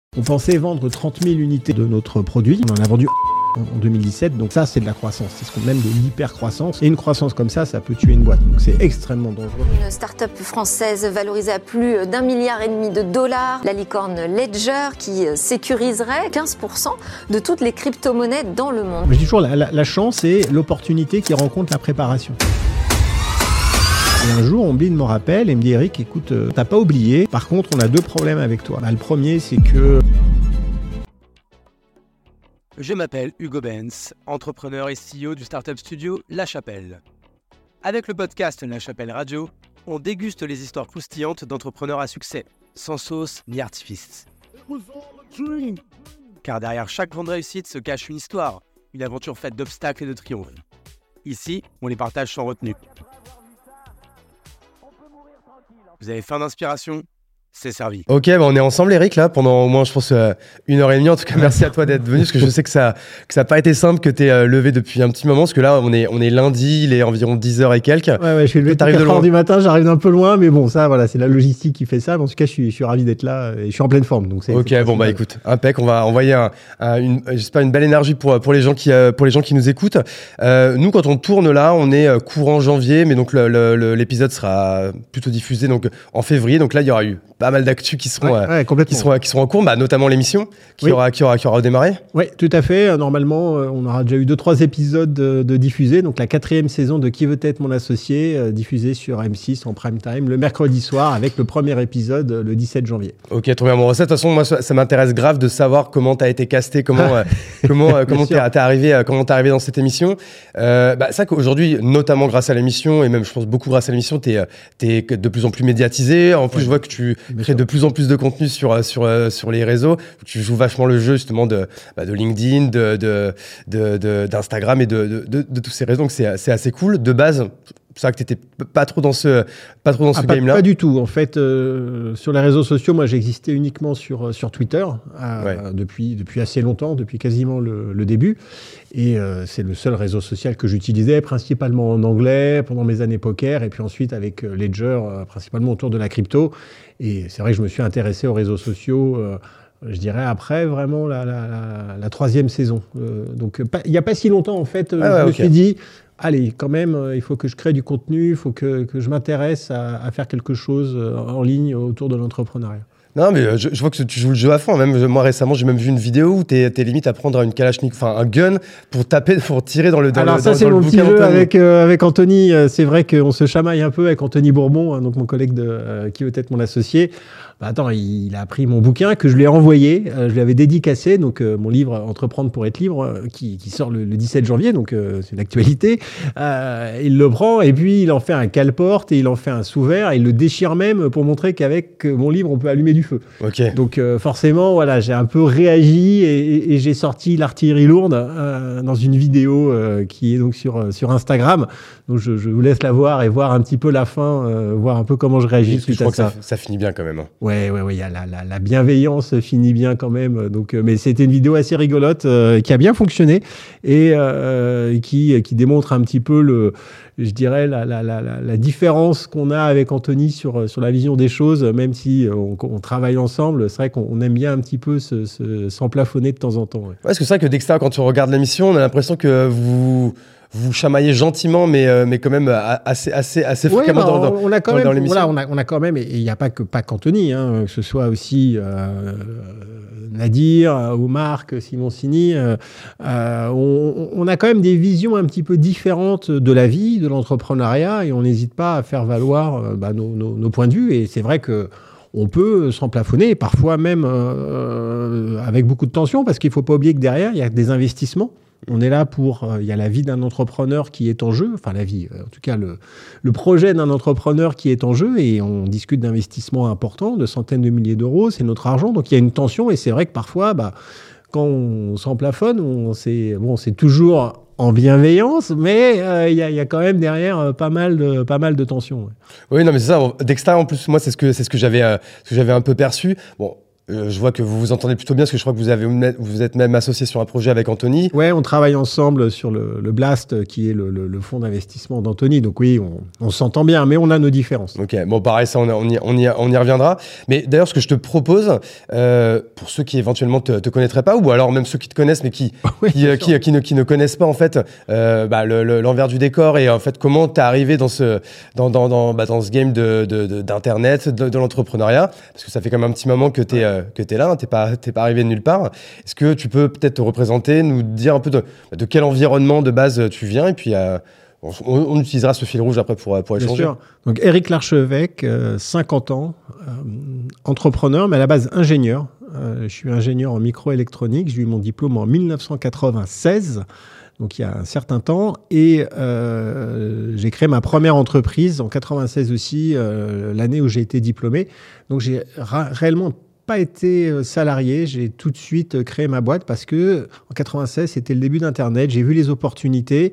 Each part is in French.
On pensait vendre 30 000 unités de notre produit. On en a vendu en 2017. Donc ça, c'est de la croissance. C'est ce qu'on aime de l'hyper-croissance. Et une croissance comme ça peut tuer une boîte. Donc c'est extrêmement dangereux. Une start-up française valorisée à plus d'1,5 milliard de dollars. La licorne Ledger qui sécuriserait 15% de toutes les crypto-monnaies dans le monde. Je dis toujours, la chance et l'opportunité qui rencontrent la préparation. Et un jour, Omblin me rappelle et me dit « Eric, écoute, t'as pas oublié. Par contre, on a deux problèmes avec toi. » Le premier, c'est que... Je m'appelle Hugo Benz, entrepreneur et CEO du startup studio La Chapelle. Avec le podcast La Chapelle Radio, on déguste les histoires croustillantes d'entrepreneurs à succès, sans sauce ni artifice. Car derrière chaque grande réussite se cache une histoire, une aventure faite d'obstacles et de triomphes. Ici, on les partage sans retenue. Vous avez faim d'inspiration ? C'est servi. Ok, on est ensemble, Eric, là, pendant au moins, je pense, 1h30. En tout cas, merci à toi d'être venu, parce que je sais que ça n'a pas été simple, que tu es levé depuis un petit moment, parce que là, on est lundi, il est environ 10h et quelques. Ouais, je suis levé à 4h du matin, j'arrive d'un peu loin, mais bon, ça, voilà, c'est la logistique qui fait ça. Mais en tout cas, je suis ravi d'être là et je suis en pleine forme. Donc écoute, impec, on va envoyer j'espère une belle énergie pour les gens qui nous écoutent. Nous, quand on tourne là, on est courant janvier, mais donc l'épisode sera plutôt diffusé donc en février. Donc là, il y aura eu pas mal d'actu qui seront en cours, notamment l'émission qui aura redémarré. Oui, tout à fait. Normalement, on aura déjà eu 2-3 épisodes de diffusés. Donc la 4e saison de Qui veut être mon associé, diffusée sur M6 en prime time le mercredi soir avec le premier épisode le 17 janvier. Ok, trop bien. Bon, ça, de toute façon, moi, ça m'intéresse grave de savoir comment tu as été casté, comment t'es arrivé dans cette émission. Ça qu'aujourd'hui, notamment grâce à l'émission, et même je pense beaucoup grâce à l'émission, t'es de plus en plus médiatisé. En plus, je vois que tu crée de plus en plus de contenu sur les réseaux. Tu joues vachement le jeu justement de LinkedIn, d'Instagram et de tous ces réseaux. Donc c'est assez cool. De base, c'est vrai que tu n'étais pas trop dans ce game-là. Pas du tout. En fait, sur les réseaux sociaux, moi, j'existais uniquement sur Twitter depuis assez longtemps, depuis quasiment le début. Et c'est le seul réseau social que j'utilisais, principalement en anglais, pendant mes années poker, et puis ensuite avec Ledger, principalement autour de la crypto. Et c'est vrai que je me suis intéressé aux réseaux sociaux, je dirais après vraiment la 3e saison. Donc il n'y a pas si longtemps, en fait, je me suis dit... Allez, quand même, il faut que je crée du contenu, il faut que je m'intéresse à faire quelque chose en ligne autour de l'entrepreneuriat. Non, mais je vois que tu joues le jeu à fond. Même moi, récemment, j'ai même vu une vidéo où t'es limite à prendre une Kalachnikov, enfin un gun, pour tirer dans le bouquin. Alors ça, c'est mon petit jeu avec Anthony. C'est vrai qu'on se chamaille un peu avec Anthony Bourbon, donc mon collègue qui veut être mon associé. Il a pris mon bouquin que je lui ai envoyé, je lui avais dédicacé, donc mon livre Entreprendre pour être libre, qui sort le 17 janvier, donc c'est l'actualité. Il le prend et puis il en fait un cale-porte et il en fait un sous-verre et il le déchire même pour montrer qu'avec mon livre, on peut allumer du feu. Okay. Donc forcément, voilà, j'ai un peu réagi et j'ai sorti l'artillerie lourde dans une vidéo qui est donc sur Instagram. Donc je vous laisse la voir et voir un petit peu la fin, voir un peu comment je réagis suite à ça. Ça finit bien quand même. Ouais, il y a la bienveillance finit bien quand même. Donc, mais c'était une vidéo assez rigolote qui a bien fonctionné et qui démontre un petit peu je dirais la différence qu'on a avec Anthony sur la vision des choses, même si on travaille ensemble. C'est vrai qu'on aime bien un petit peu s'emplafonner de temps en temps. Ouais. Parce que c'est vrai que d'extérieur, quand on regarde l'émission, on a l'impression que vous chamaillez gentiment, mais quand même assez fréquemment dans l'émission. Voilà, on a quand même, et il n'y a pas qu'Anthony, que ce soit aussi Nadir, ou Marc, Simoncini, on a quand même des visions un petit peu différentes de la vie, de l'entrepreneuriat, et on n'hésite pas à faire valoir nos points de vue. Et c'est vrai que on peut s'emplafonner, parfois même avec beaucoup de tension, parce qu'il ne faut pas oublier que derrière, il y a des investissements. On est là il y a la vie d'un entrepreneur qui est en jeu, enfin la vie, en tout cas le projet d'un entrepreneur qui est en jeu, et on discute d'investissements importants, de centaines de milliers d'euros, c'est notre argent, donc il y a une tension, et c'est vrai que parfois, quand on s'emplafonne, c'est toujours en bienveillance, mais il y a quand même derrière pas mal de tensions. Ouais. Oui, non, mais c'est ça. D'extérieur, en plus, moi, c'est ce que j'avais un peu perçu. Bon. je vois que vous vous entendez plutôt bien, parce que je crois que vous êtes même associé sur un projet avec Anthony. Ouais, on travaille ensemble sur le Blast, qui est le fonds d'investissement d'Anthony. Donc oui, on s'entend bien, mais on a nos différences. Ok, bon pareil, ça on y reviendra. Mais d'ailleurs, ce que je te propose, pour ceux qui éventuellement te connaîtraient pas, ou alors même ceux qui te connaissent mais qui ne connaissent pas en fait l'envers du décor, et en fait comment t'es arrivé dans ce game d'internet, de l'entrepreneuriat, parce que ça fait quand même un petit moment que t'es là, t'es pas arrivé de nulle part. Est-ce que tu peux peut-être te représenter, nous dire un peu de quel environnement de base tu viens, et puis on utilisera ce fil rouge après pour échanger. Bien sûr. Donc Éric Larchevêque, 50 ans, entrepreneur, mais à la base ingénieur. Je suis ingénieur en microélectronique. J'ai eu mon diplôme en 1996, donc il y a un certain temps. Et j'ai créé ma première entreprise en 96 aussi, l'année où j'ai été diplômé. Donc j'ai réellement pas été salarié, j'ai tout de suite créé ma boîte parce que en 96 c'était le début d'Internet, j'ai vu les opportunités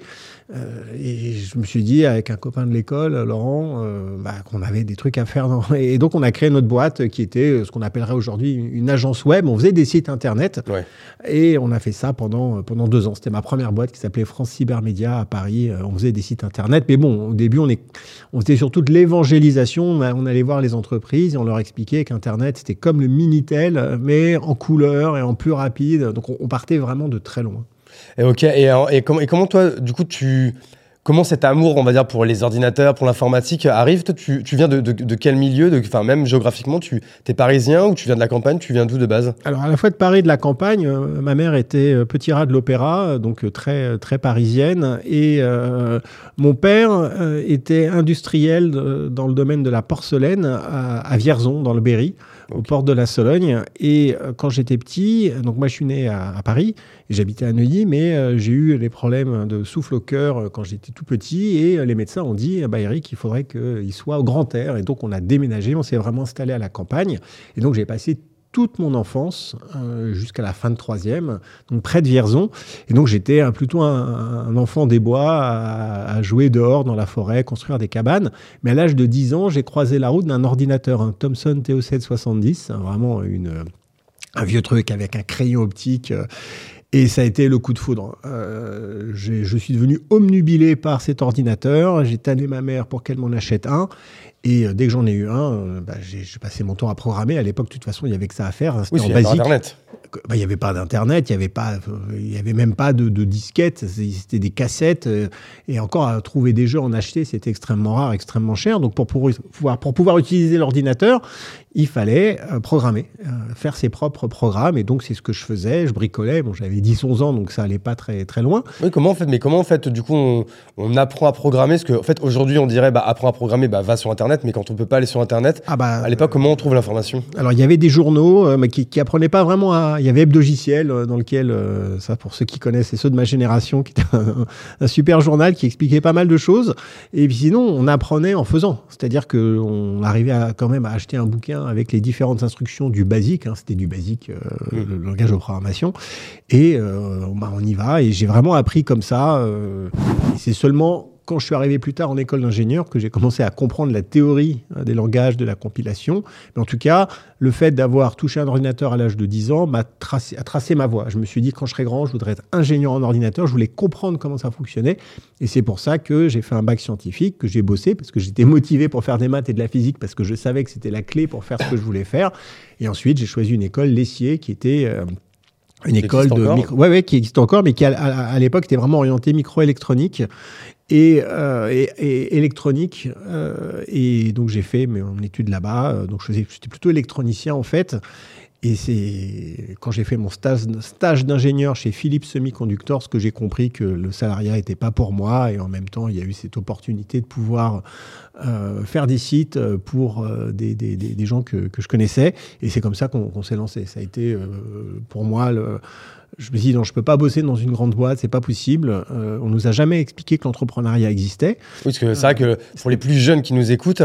et je me suis dit avec un copain de l'école, Laurent, qu'on avait des trucs à faire et donc on a créé notre boîte qui était ce qu'on appellerait aujourd'hui une agence web. On faisait des sites Internet et on a fait ça pendant 2 ans. C'était ma première boîte qui s'appelait France Cybermédia à Paris. On faisait des sites Internet, mais bon, au début on faisait surtout de l'évangélisation. On allait voir les entreprises et on leur expliquait qu'Internet c'était comme le Minitel, mais en couleur et en plus rapide. Donc, on partait vraiment de très loin. Et comment toi, du coup, comment cet amour, on va dire, pour les ordinateurs, pour l'informatique arrive? Toi, tu viens de quel milieu, même géographiquement, t'es parisien ou tu viens de la campagne? Tu viens d'où de base? Alors, à la fois de Paris et de la campagne, ma mère était petit rat de l'opéra, donc très, très parisienne. Et mon père était industriel dans le domaine de la porcelaine à Vierzon, dans le Berry. Au port de la Sologne. Et quand j'étais petit, donc moi je suis né à Paris, et j'habitais à Neuilly, mais j'ai eu des problèmes de souffle au cœur quand j'étais tout petit, et les médecins ont dit, Eric, il faudrait qu'il soit au grand air. Et donc on a déménagé, on s'est vraiment installé à la campagne. Et donc j'ai passé toute mon enfance jusqu'à la fin de 3e, donc près de Vierzon. Et donc j'étais plutôt un enfant des bois à jouer dehors dans la forêt, construire des cabanes. Mais à l'âge de 10 ans, j'ai croisé la route d'un ordinateur, un Thomson TO770, vraiment un vieux truc avec un crayon optique. Et ça a été le coup de foudre. Je suis devenu omnubilé par cet ordinateur. J'ai tanné ma mère pour qu'elle m'en achète un. Et dès que j'en ai eu un, j'ai passé mon temps à programmer. À l'époque, de toute façon, il n'y avait que ça à faire. C'était en basique. Internet. Il n'y avait pas d'Internet, il n'y avait même pas de disquettes. C'était des cassettes. Et encore, à trouver des jeux en acheter, c'était extrêmement rare, extrêmement cher. Donc, pour pouvoir utiliser l'ordinateur, il fallait programmer, faire ses propres programmes. Et donc, c'est ce que je faisais. Je bricolais. Bon, j'avais 10-11 ans, donc ça n'allait pas très, très loin. Oui, comment en fait, du coup, on apprend à programmer? Parce qu'en fait, aujourd'hui, on dirait, apprends à programmer, va sur Internet. Mais quand on ne peut pas aller sur Internet, à l'époque, comment on trouve l'information? Alors, il y avait des journaux mais qui apprenaient pas vraiment à... Il y avait Hebdogiciel, dans lequel, ça pour ceux qui connaissent, et ceux de ma génération, qui était un super journal qui expliquait pas mal de choses. Et puis sinon, on apprenait en faisant. C'est-à-dire qu'on arrivait quand même à acheter un bouquin avec les différentes instructions du BASIC. C'était du BASIC, le langage de programmation. Et on y va. Et j'ai vraiment appris comme ça. Et c'est seulement quand je suis arrivé plus tard en école d'ingénieur que j'ai commencé à comprendre la théorie des langages, de la compilation. Mais en tout cas, le fait d'avoir touché un ordinateur à l'âge de 10 ans a tracé ma voie. Je me suis dit, quand je serai grand, je voudrais être ingénieur en ordinateur. Je voulais comprendre comment ça fonctionnait. Et c'est pour ça que j'ai fait un bac scientifique, que j'ai bossé, parce que j'étais motivé pour faire des maths et de la physique, parce que je savais que c'était la clé pour faire ce que je voulais faire. Et ensuite, j'ai choisi une école Lessier, qui était... une école de qui existe encore, mais qui à l'époque était vraiment orientée microélectronique et électronique. Et donc j'ai fait mon étude là-bas. Donc j'étais plutôt électronicien en fait. Et c'est quand j'ai fait mon stage d'ingénieur chez Philips Semiconductors que j'ai compris que le salariat n'était pas pour moi. Et en même temps, il y a eu cette opportunité de pouvoir faire des sites pour des gens que je connaissais. Et c'est comme ça qu'on s'est lancé. Ça a été pour moi... Je me suis dit, non, je ne peux pas bosser dans une grande boîte, c'est pas possible. On ne nous a jamais expliqué que l'entrepreneuriat existait. Oui, parce que c'est vrai que pour les plus jeunes qui nous écoutent,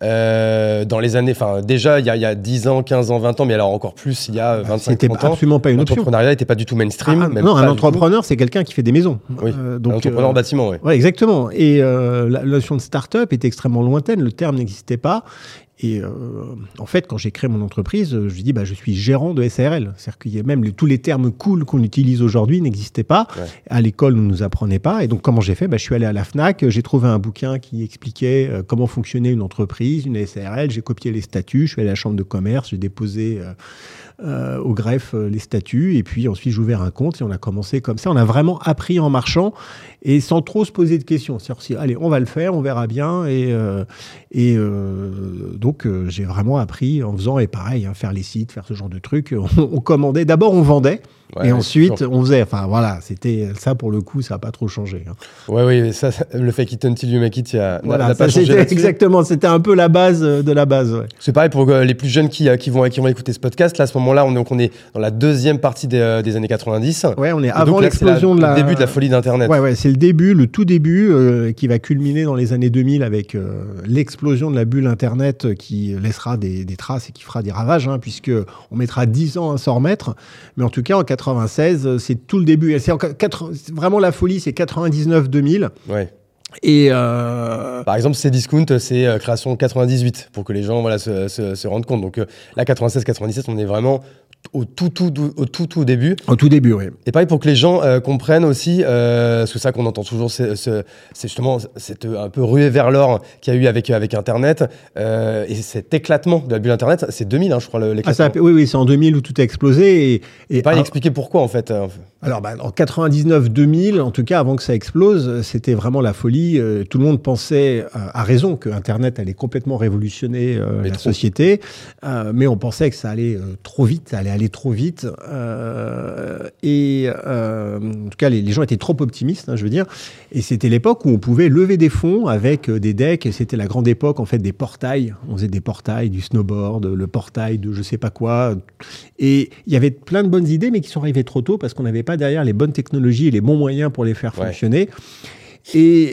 dans les années, déjà il y a 10 ans, 15 ans, 20 ans, mais alors encore plus il y a 25 ans. C'était absolument pas une option. L'entrepreneuriat n'était pas du tout mainstream. Non, un entrepreneur, c'est quelqu'un qui fait des maisons. Oui, donc, un entrepreneur en bâtiment, oui. Ouais, exactement. Et la notion de start-up était extrêmement lointaine, le terme n'existait pas. En fait, quand j'ai créé mon entreprise, je lui dis, je suis gérant de SARL. C'est-à-dire qu'il y a même tous les termes cool qu'on utilise aujourd'hui n'existaient pas. Ouais. À l'école, on ne nous apprenait pas. Et donc, comment j'ai fait ? Je suis allé à la Fnac, j'ai trouvé un bouquin qui expliquait comment fonctionnait une entreprise, une SARL. J'ai copié les statuts, je suis allé à la chambre de commerce, j'ai déposé au greffe les statuts. Et puis ensuite, j'ai ouvert un compte et on a commencé comme ça. On a vraiment appris en marchant et sans trop se poser de questions. C'est-à-dire, allez, on va le faire, on verra bien. Donc, j'ai vraiment appris en faisant, et pareil, faire les sites, faire ce genre de trucs. On commandait, d'abord on vendait, et ensuite on faisait. Enfin voilà, c'était ça pour le coup, ça n'a pas trop changé. Oui, ça, le fake it until you make it, n'a pas changé. Exactement, c'était un peu la base de la base. Ouais. C'est pareil pour les plus jeunes qui vont écouter ce podcast. Là, à ce moment-là, on est dans la deuxième partie des années 90. Ouais, on est avant l'explosion le début de la folie d'Internet. Ouais, c'est le tout début qui va culminer dans les années 2000 avec l'explosion de la bulle Internet qui laissera des traces et qui fera des ravages, puisque on mettra 10 ans à s'en remettre. Mais en tout cas, en 96, c'est tout le début. Vraiment la folie, c'est 99-2000. Ouais. Et par exemple, Cdiscount, c'est création 98 pour que les gens se rendent compte. Donc là, 96-97, on est vraiment au tout début. Au tout début, oui. Et pareil, pour que les gens comprennent aussi, parce que ça qu'on entend toujours, c'est justement cette un peu ruée vers l'or qu'il y a eu avec Internet, et cet éclatement de la bulle Internet, c'est 2000, je crois, l'éclatement. Oui, c'est en 2000 où tout a explosé. Et pareil, expliquer pourquoi, en fait. Alors, en 99-2000, en tout cas, avant que ça explose, c'était vraiment la folie. Tout le monde pensait, à raison, que Internet allait complètement révolutionner la société, mais on pensait que ça allait trop vite, ça allait aller trop vite. En tout cas, les gens étaient trop optimistes, je veux dire. Et c'était l'époque où on pouvait lever des fonds avec des decks. Et c'était la grande époque, en fait, des portails. On faisait des portails, du snowboard, le portail de je sais pas quoi. Et il y avait plein de bonnes idées, mais qui sont arrivées trop tôt parce qu'on n'avait pas derrière les bonnes technologies et les bons moyens pour les faire fonctionner. Et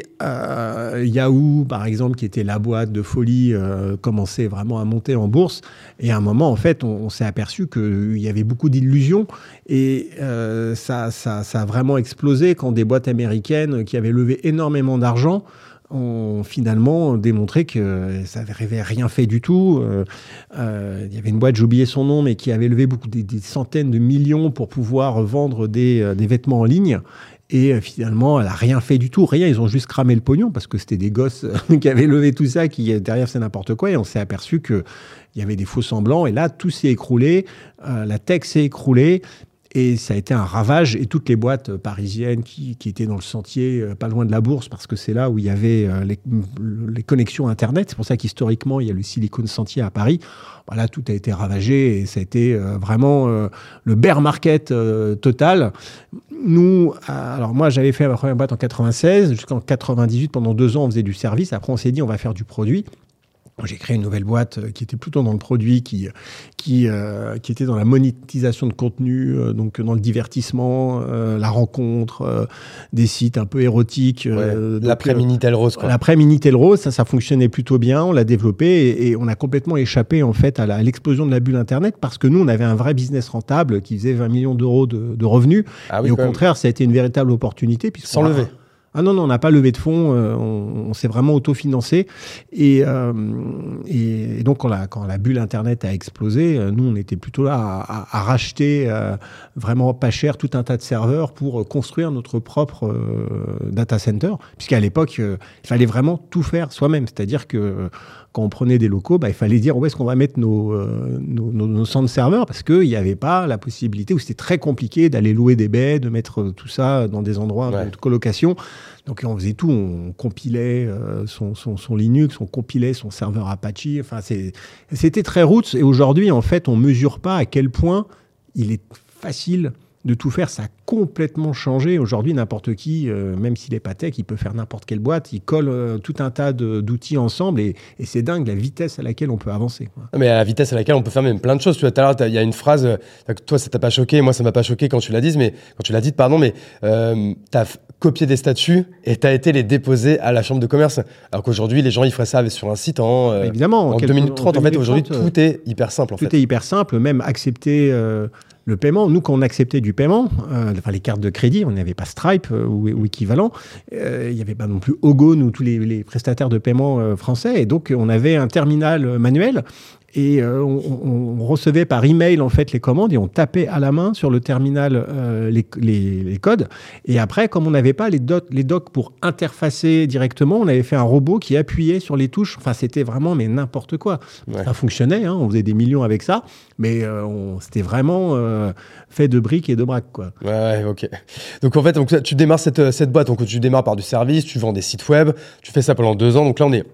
Yahoo, par exemple, qui était la boîte de folie, commençait vraiment à monter en bourse. Et à un moment, en fait, on s'est aperçu qu'il y avait beaucoup d'illusions. Et ça a vraiment explosé quand des boîtes américaines qui avaient levé énormément d'argent ont finalement démontré que ça n'avait rien fait du tout. Il y avait une boîte, j'ai oublié son nom, mais qui avait levé des centaines de millions pour pouvoir vendre des vêtements en ligne. Et finalement, elle n'a rien fait du tout. Rien, ils ont juste cramé le pognon parce que c'était des gosses qui avaient levé tout ça, qui derrière c'est n'importe quoi. Et on s'est aperçu qu'il y avait des faux semblants. Et là, tout s'est écroulé. La tech s'est écroulée. Et ça a été un ravage. Et toutes les boîtes parisiennes qui étaient dans le sentier, pas loin de la bourse, parce que c'est là où il y avait les connexions Internet. C'est pour ça qu'historiquement, il y a le Silicon Sentier à Paris. Voilà, tout a été ravagé et ça a été vraiment le bear market total. Nous, alors moi, j'avais fait ma première boîte en 96. Jusqu'en 98, pendant 2 ans, on faisait du service. Après, on s'est dit, on va faire du produit. J'ai créé une nouvelle boîte qui était plutôt dans le produit, qui était dans la monétisation de contenu, donc dans le divertissement, la rencontre, des sites un peu érotiques. L'après-Minitel Rose, quoi. L'après-Minitel Rose, ça fonctionnait plutôt bien, on l'a développé et on a complètement échappé en fait à l'explosion de la bulle Internet parce que nous, on avait un vrai business rentable qui faisait 20 millions d'euros de revenus. Ah oui, et au contraire, ça a été une véritable opportunité. Sans lever. Ah non, on n'a pas levé de fonds, on s'est vraiment autofinancé. Et donc, quand la bulle Internet a explosé, nous, on était plutôt là à racheter vraiment pas cher tout un tas de serveurs pour construire notre propre data center. Puisqu'à l'époque, il fallait vraiment tout faire soi-même. C'est-à-dire que quand on prenait des locaux, il fallait dire où est-ce qu'on va mettre nos centres serveurs parce qu'il n'y avait pas la possibilité, ou c'était très compliqué d'aller louer des baies, de mettre tout ça dans des endroits de colocation. Donc on faisait tout, on compilait son Linux, on compilait son serveur Apache. Enfin, c'était très roots. Et aujourd'hui, en fait, on ne mesure pas à quel point il est facile de tout faire. Ça a complètement changé. Aujourd'hui, n'importe qui, même s'il n'est pas tech, il peut faire n'importe quelle boîte. Il colle tout un tas d'outils ensemble et c'est dingue la vitesse à laquelle on peut avancer. Mais à la vitesse à laquelle on peut faire même plein de choses. Tu vois, tout à l'heure, il y a une phrase, toi, ça t'a pas choqué, moi, ça m'a pas choqué quand tu l'as dit, mais t'as copié des statuts et t'as été les déposer à la chambre de commerce. Alors qu'aujourd'hui, les gens, ils feraient ça sur un site évidemment, en 2 minutes 30. En fait, aujourd'hui, tout est hyper simple. Tout est hyper simple, même accepter le paiement, nous, quand on acceptait du paiement, les cartes de crédit, on n'avait pas Stripe ou équivalent. Il n'y avait pas non plus Ogone ou tous les prestataires de paiement français. Et donc, on avait un terminal manuel. Et on recevait par email en fait les commandes et on tapait à la main sur le terminal les codes. Et après, comme on n'avait pas les docs pour interfacer directement, on avait fait un robot qui appuyait sur les touches. Enfin, c'était vraiment n'importe quoi. Ouais. Ça fonctionnait, hein, on faisait des millions avec ça, mais c'était vraiment fait de briques et de braques, quoi. Ouais, ok. Donc en fait, tu démarres cette boîte. Donc tu démarres par du service, tu vends des sites web, tu fais ça pendant 2 ans. Donc là, on est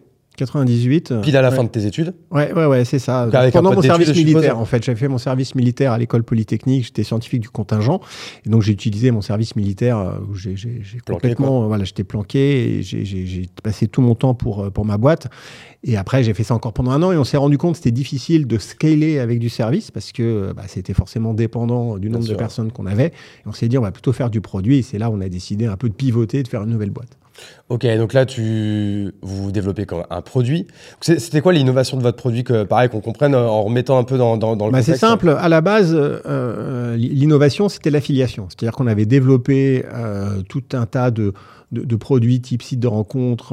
98. Pile à la fin de tes études. Ouais, c'est ça. Pendant mon service militaire, en fait. J'avais fait mon service militaire à l'école polytechnique. J'étais scientifique du contingent. Et donc, j'ai utilisé mon service militaire où j'ai complètement... Voilà, j'étais planqué et j'ai passé tout mon temps pour ma boîte. Et après, j'ai fait ça encore pendant 1 an et on s'est rendu compte que c'était difficile de scaler avec du service parce que c'était forcément dépendant du nombre de personnes qu'on avait. Et on s'est dit, on va plutôt faire du produit. Et c'est là où on a décidé un peu de pivoter, de faire une nouvelle boîte. Ok, donc là, vous développez un produit. C'était quoi l'innovation de votre produit, pareil, qu'on comprenne en remettant un peu dans le contexte? C'est simple. À la base, l'innovation, c'était l'affiliation. C'est-à-dire qu'on avait développé tout un tas de produits type site de rencontre,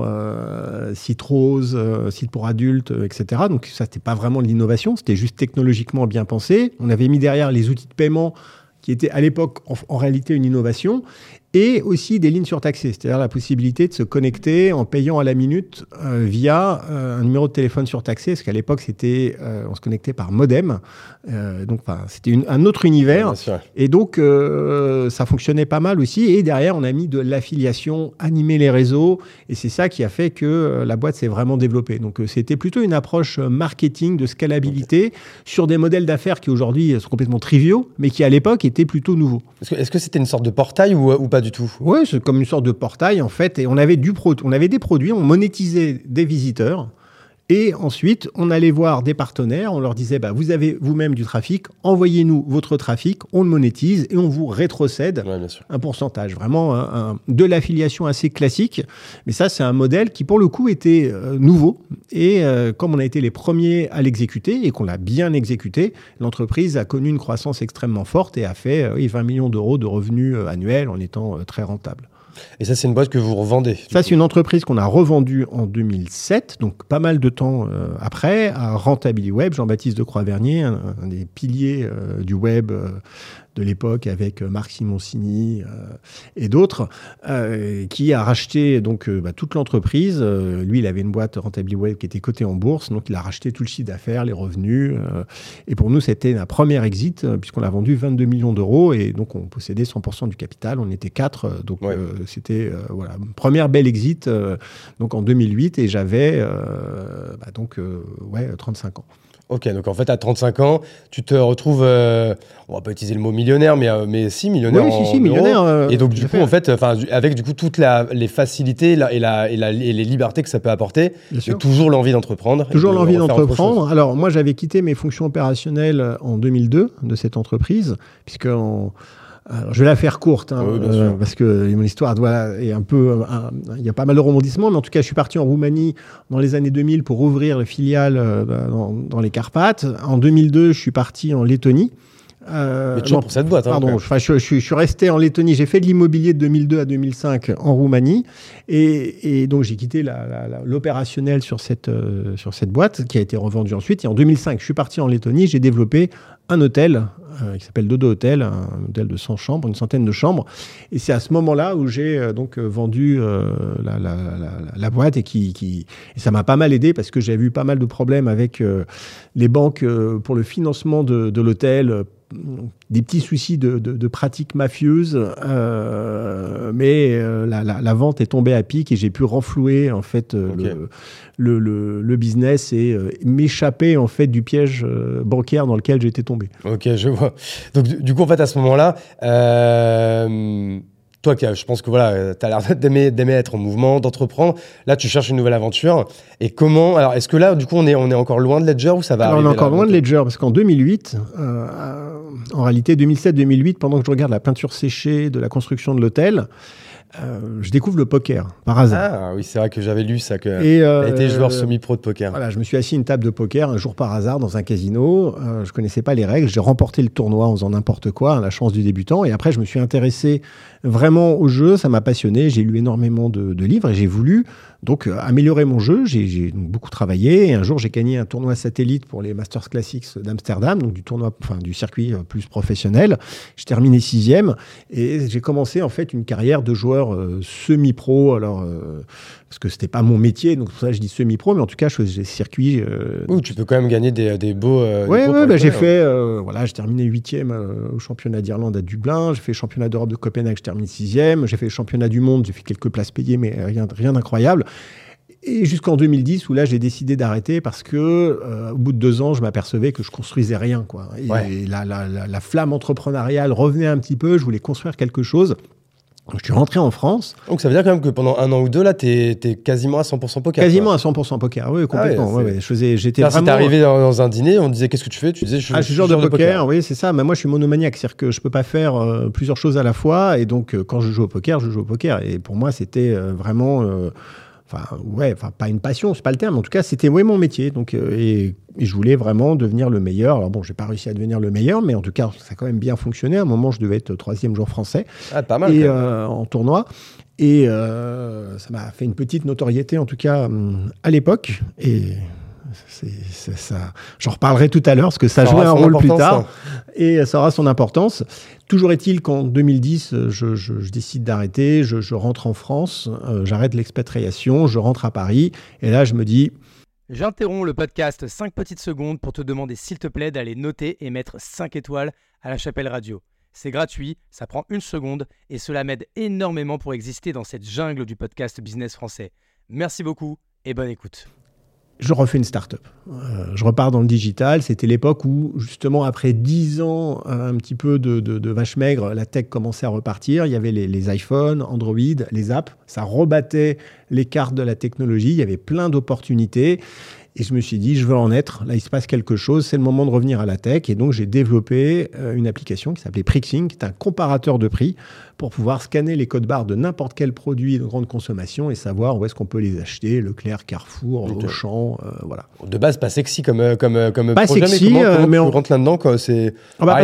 site rose, site pour adultes, etc. Donc ça, c'était pas vraiment de l'innovation. C'était juste technologiquement bien pensé. On avait mis derrière les outils de paiement qui étaient à l'époque en réalité une innovation. Et aussi des lignes surtaxées, c'est-à-dire la possibilité de se connecter en payant à la minute via un numéro de téléphone surtaxé, parce qu'à l'époque, on se connectait par modem. Donc, c'était un autre univers. Et donc, ça fonctionnait pas mal aussi. Et derrière, on a mis de l'affiliation, animer les réseaux. Et c'est ça qui a fait que la boîte s'est vraiment développée. Donc, c'était plutôt une approche marketing, de scalabilité, sur des modèles d'affaires qui aujourd'hui sont complètement triviaux, mais qui à l'époque étaient plutôt nouveaux. Est-ce que c'était une sorte de portail ou pas du tout? Oui, c'est comme une sorte de portail en fait. Et on avait des produits, on monétisait des visiteurs. Et ensuite, on allait voir des partenaires, on leur disait vous avez vous-même du trafic, envoyez-nous votre trafic, on le monétise et on vous rétrocède un pourcentage. Vraiment de l'affiliation assez classique. Mais ça, c'est un modèle qui, pour le coup, était nouveau. Et comme on a été les premiers à l'exécuter et qu'on l'a bien exécuté, l'entreprise a connu une croissance extrêmement forte et a fait 20 millions d'euros de revenus annuels en étant très rentable. Et ça, c'est une boîte que vous revendez? Ça, c'est une entreprise qu'on a revendue en 2007, donc pas mal de temps après, à Rentability Web, Jean-Baptiste de Croix-Vernier, un des piliers du web de l'époque avec Marc Simoncini et d'autres, qui a racheté donc, toute l'entreprise. Lui, il avait une boîte Rentability Web qui était cotée en bourse, donc il a racheté tout le chiffre d'affaires, les revenus. Et pour nous, c'était la première exit, puisqu'on a vendu 22 millions d'euros, et donc on possédait 100% du capital. On était 4, donc c'était une première belle exit donc en 2008, et j'avais 35 ans. Ok, donc en fait, à 35 ans, tu te retrouves, on va pas utiliser le mot millionnaire, mais si, millionnaire. Oui, si, millionnaire. Et donc, du coup, en fait, avec du coup, toutes les facilités et les libertés que ça peut apporter, et toujours l'envie d'entreprendre. Toujours l'envie d'entreprendre. Alors, moi, j'avais quitté mes fonctions opérationnelles en 2002 de cette entreprise, puisque alors, je vais la faire courte, parce que mon histoire est un peu... il y a pas mal de rebondissements, mais en tout cas, je suis parti en Roumanie dans les années 2000 pour ouvrir le filiale dans les Carpates. En 2002, je suis parti en Lettonie. Mais toujours pour cette boîte. Pardon, je suis resté en Lettonie. J'ai fait de l'immobilier de 2002 à 2005 en Roumanie. Et donc, j'ai quitté l'opérationnel sur cette boîte qui a été revendue ensuite. Et en 2005, je suis parti en Lettonie. J'ai développé un hôtel qui s'appelle Dodo Hotel, un hôtel de 100 chambres, une centaine de chambres. Et c'est à ce moment-là où j'ai vendu la boîte et ça m'a pas mal aidé parce que j'avais eu pas mal de problèmes avec les banques pour le financement de l'hôtel. Des petits soucis de pratiques mafieuses, mais la vente est tombée à pic et j'ai pu renflouer en fait le business et m'échapper en fait du piège bancaire dans lequel j'étais tombé. Ok, je vois. Donc du coup en fait à ce moment-là, toi je pense que voilà, tu as l'air d'aimer être en mouvement, d'entreprendre. Là tu cherches une nouvelle aventure. Et comment? Alors est-ce que là du coup on est encore loin de Ledger ou ça va arriver? On est encore loin de Ledger parce qu'en 2008, en réalité 2007-2008, pendant que je regarde la peinture séchée de la construction de l'hôtel, je découvre le poker par hasard. Ah oui, c'est vrai que j'avais lu ça, que tu as été joueur semi-pro de poker. Voilà, je me suis assis à une table de poker un jour par hasard dans un casino. Je connaissais pas les règles. J'ai remporté le tournoi en faisant n'importe quoi, la chance du débutant. Et après, je me suis intéressé vraiment au jeu. Ça m'a passionné. J'ai lu énormément de livres et j'ai voulu donc améliorer mon jeu. J'ai donc beaucoup travaillé. Et un jour, j'ai gagné un tournoi satellite pour les Masters Classics d'Amsterdam, donc du circuit plus professionnel. J'ai terminé 6e et j'ai commencé en fait une carrière de joueur semi-pro. Alors parce que c'était pas mon métier, donc pour ça je dis semi-pro, mais en tout cas je faisais circuit. Oui, tu peux quand même gagner des beaux. Oui, j'ai fait. J'ai terminé 8e au championnat d'Irlande à Dublin. J'ai fait le championnat d'Europe de Copenhague, je termine 6e. J'ai fait le championnat du monde, j'ai fait quelques places payées, mais rien d'incroyable. Et jusqu'en 2010, où là, j'ai décidé d'arrêter parce que, au bout de 2 ans, je m'apercevais que je construisais rien, quoi. Et la flamme entrepreneuriale revenait un petit peu. Je voulais construire quelque chose. Donc, je suis rentré en France. Donc, ça veut dire quand même que pendant 1 an ou 2, là, t'es quasiment à 100% poker. Quasiment à 100% poker, oui, complètement. J'étais vraiment... Si t'es arrivé dans un dîner, on disait, qu'est-ce que tu fais ? Tu disais, je suis joueur de poker. Oui, c'est ça. Mais moi, je suis monomaniaque. C'est-à-dire que je peux pas faire plusieurs choses à la fois. Et donc, quand je joue au poker, je joue au poker. Et pour moi, c'était vraiment... pas une passion, c'est pas le terme. En tout cas, c'était mon métier. Donc, et je voulais vraiment devenir le meilleur. Alors bon, j'ai pas réussi à devenir le meilleur, mais en tout cas, ça a quand même bien fonctionné. À un moment, je devais être 3e joueur français. Ah, pas mal. Et en tournoi. Et ça m'a fait une petite notoriété, en tout cas, à l'époque. Et ça, j'en reparlerai tout à l'heure, parce que ça jouait un rôle plus tard. Et ça aura son importance. Toujours est-il qu'en 2010, je décide d'arrêter, je rentre en France, j'arrête l'expatriation, je rentre à Paris, et là je me dis... J'interromps le podcast 5 petites secondes pour te demander s'il te plaît d'aller noter et mettre 5 étoiles à La Chapelle Radio. C'est gratuit, ça prend 1 seconde et cela m'aide énormément pour exister dans cette jungle du podcast business français. Merci beaucoup et bonne écoute. Je refais une start-up. Je repars dans le digital. C'était l'époque où, justement, après 10 ans, un petit peu de vache maigre, la tech commençait à repartir. Il y avait les iPhones, Android, les apps. Ça rebattait les cartes de la technologie. Il y avait plein d'opportunités. Et je me suis dit, je veux en être. Là, il se passe quelque chose. C'est le moment de revenir à la tech. Et donc, j'ai développé une application qui s'appelait Prixing, qui est un comparateur de prix pour pouvoir scanner les codes barres de n'importe quel produit de grande consommation et savoir où est-ce qu'on peut les acheter. Leclerc, Carrefour, Auchan, voilà. De base, pas sexy comme pas projet, sexy, mais comment tu rentres là-dedans, quoi. C'est pareil,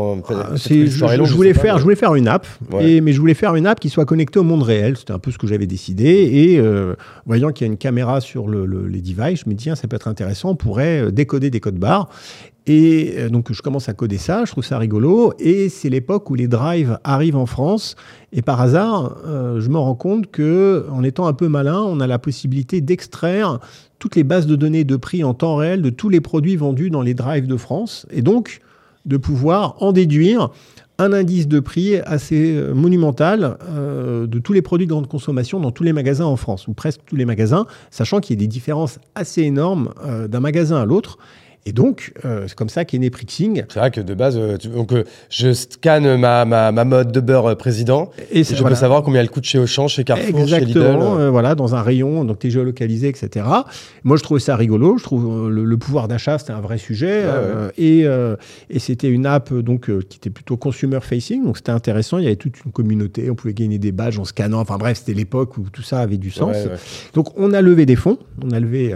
je voulais faire une app, mais je voulais faire une app qui soit connectée au monde réel. C'était un peu ce que j'avais décidé. Et voyant qu'il y a une caméra sur les devices, je me dis, tiens, ça peut être intéressant, on pourrait décoder des codes barres. Et donc, je commence à coder ça, je trouve ça rigolo. Et c'est l'époque où les drives arrivent en France. Et par hasard, je me rends compte qu'en étant un peu malin, on a la possibilité d'extraire toutes les bases de données de prix en temps réel de tous les produits vendus dans les drives de France. Et donc, de pouvoir en déduire un indice de prix assez monumental de tous les produits de grande consommation dans tous les magasins en France, ou presque tous les magasins, sachant qu'il y a des différences assez énormes d'un magasin à l'autre. Et donc, c'est comme ça qu'est né Prixing. C'est vrai que de base, je scanne ma mode de beurre président et je peux savoir combien elle coûte chez Auchan, chez Carrefour, chez Lidl. Exactement, dans un rayon, donc tu es géolocalisé, etc. Moi, je trouvais ça rigolo. Je trouve le pouvoir d'achat, c'était un vrai sujet. Et c'était une app qui était plutôt consumer-facing, donc c'était intéressant. Il y avait toute une communauté, on pouvait gagner des badges en scannant. Enfin bref, c'était l'époque où tout ça avait du sens. Donc, on a levé des fonds. On a levé...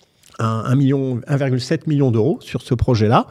1,7 million d'euros sur ce projet-là.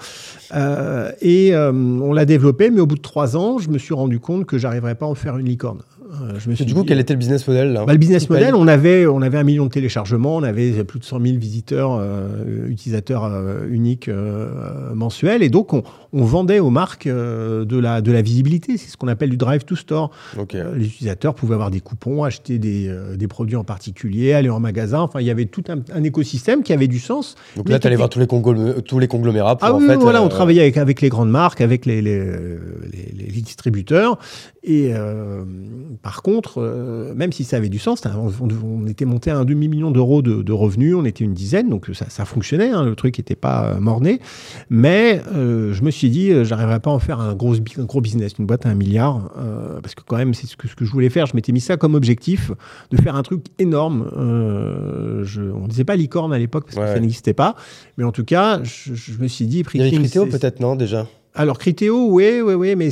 On l'a développé, mais au bout de 3 ans, je me suis rendu compte que j'arriverais pas à en faire une licorne. Quel était le business model là ? Le business model, on avait 1 million de téléchargements, on avait plus de 100 000 visiteurs, utilisateurs uniques mensuels, et donc on vendait aux marques de la visibilité. C'est ce qu'on appelle du drive to store. Les utilisateurs pouvaient avoir des coupons, acheter des produits en particulier, aller en magasin. Enfin, il y avait tout un écosystème qui avait du sens. Donc là, tu allais voir tous les conglomérats pour on travaillait avec les grandes marques, avec les distributeurs. Et par contre, même si ça avait du sens, on était monté à 1,5 million d'euros de revenus, on était une dizaine, donc ça fonctionnait, le truc n'était pas morné. Mais je me suis dit, j'arriverais pas à en faire un gros business, une boîte à 1 milliard, parce que quand même, c'est ce que je voulais faire. Je m'étais mis ça comme objectif, de faire un truc énorme. On ne disait pas licorne à l'époque, parce que ça n'existait pas. Mais en tout cas, je me suis dit... Il y avait Criteo peut-être, non, déjà ? Alors, Criteo, oui, mais Mais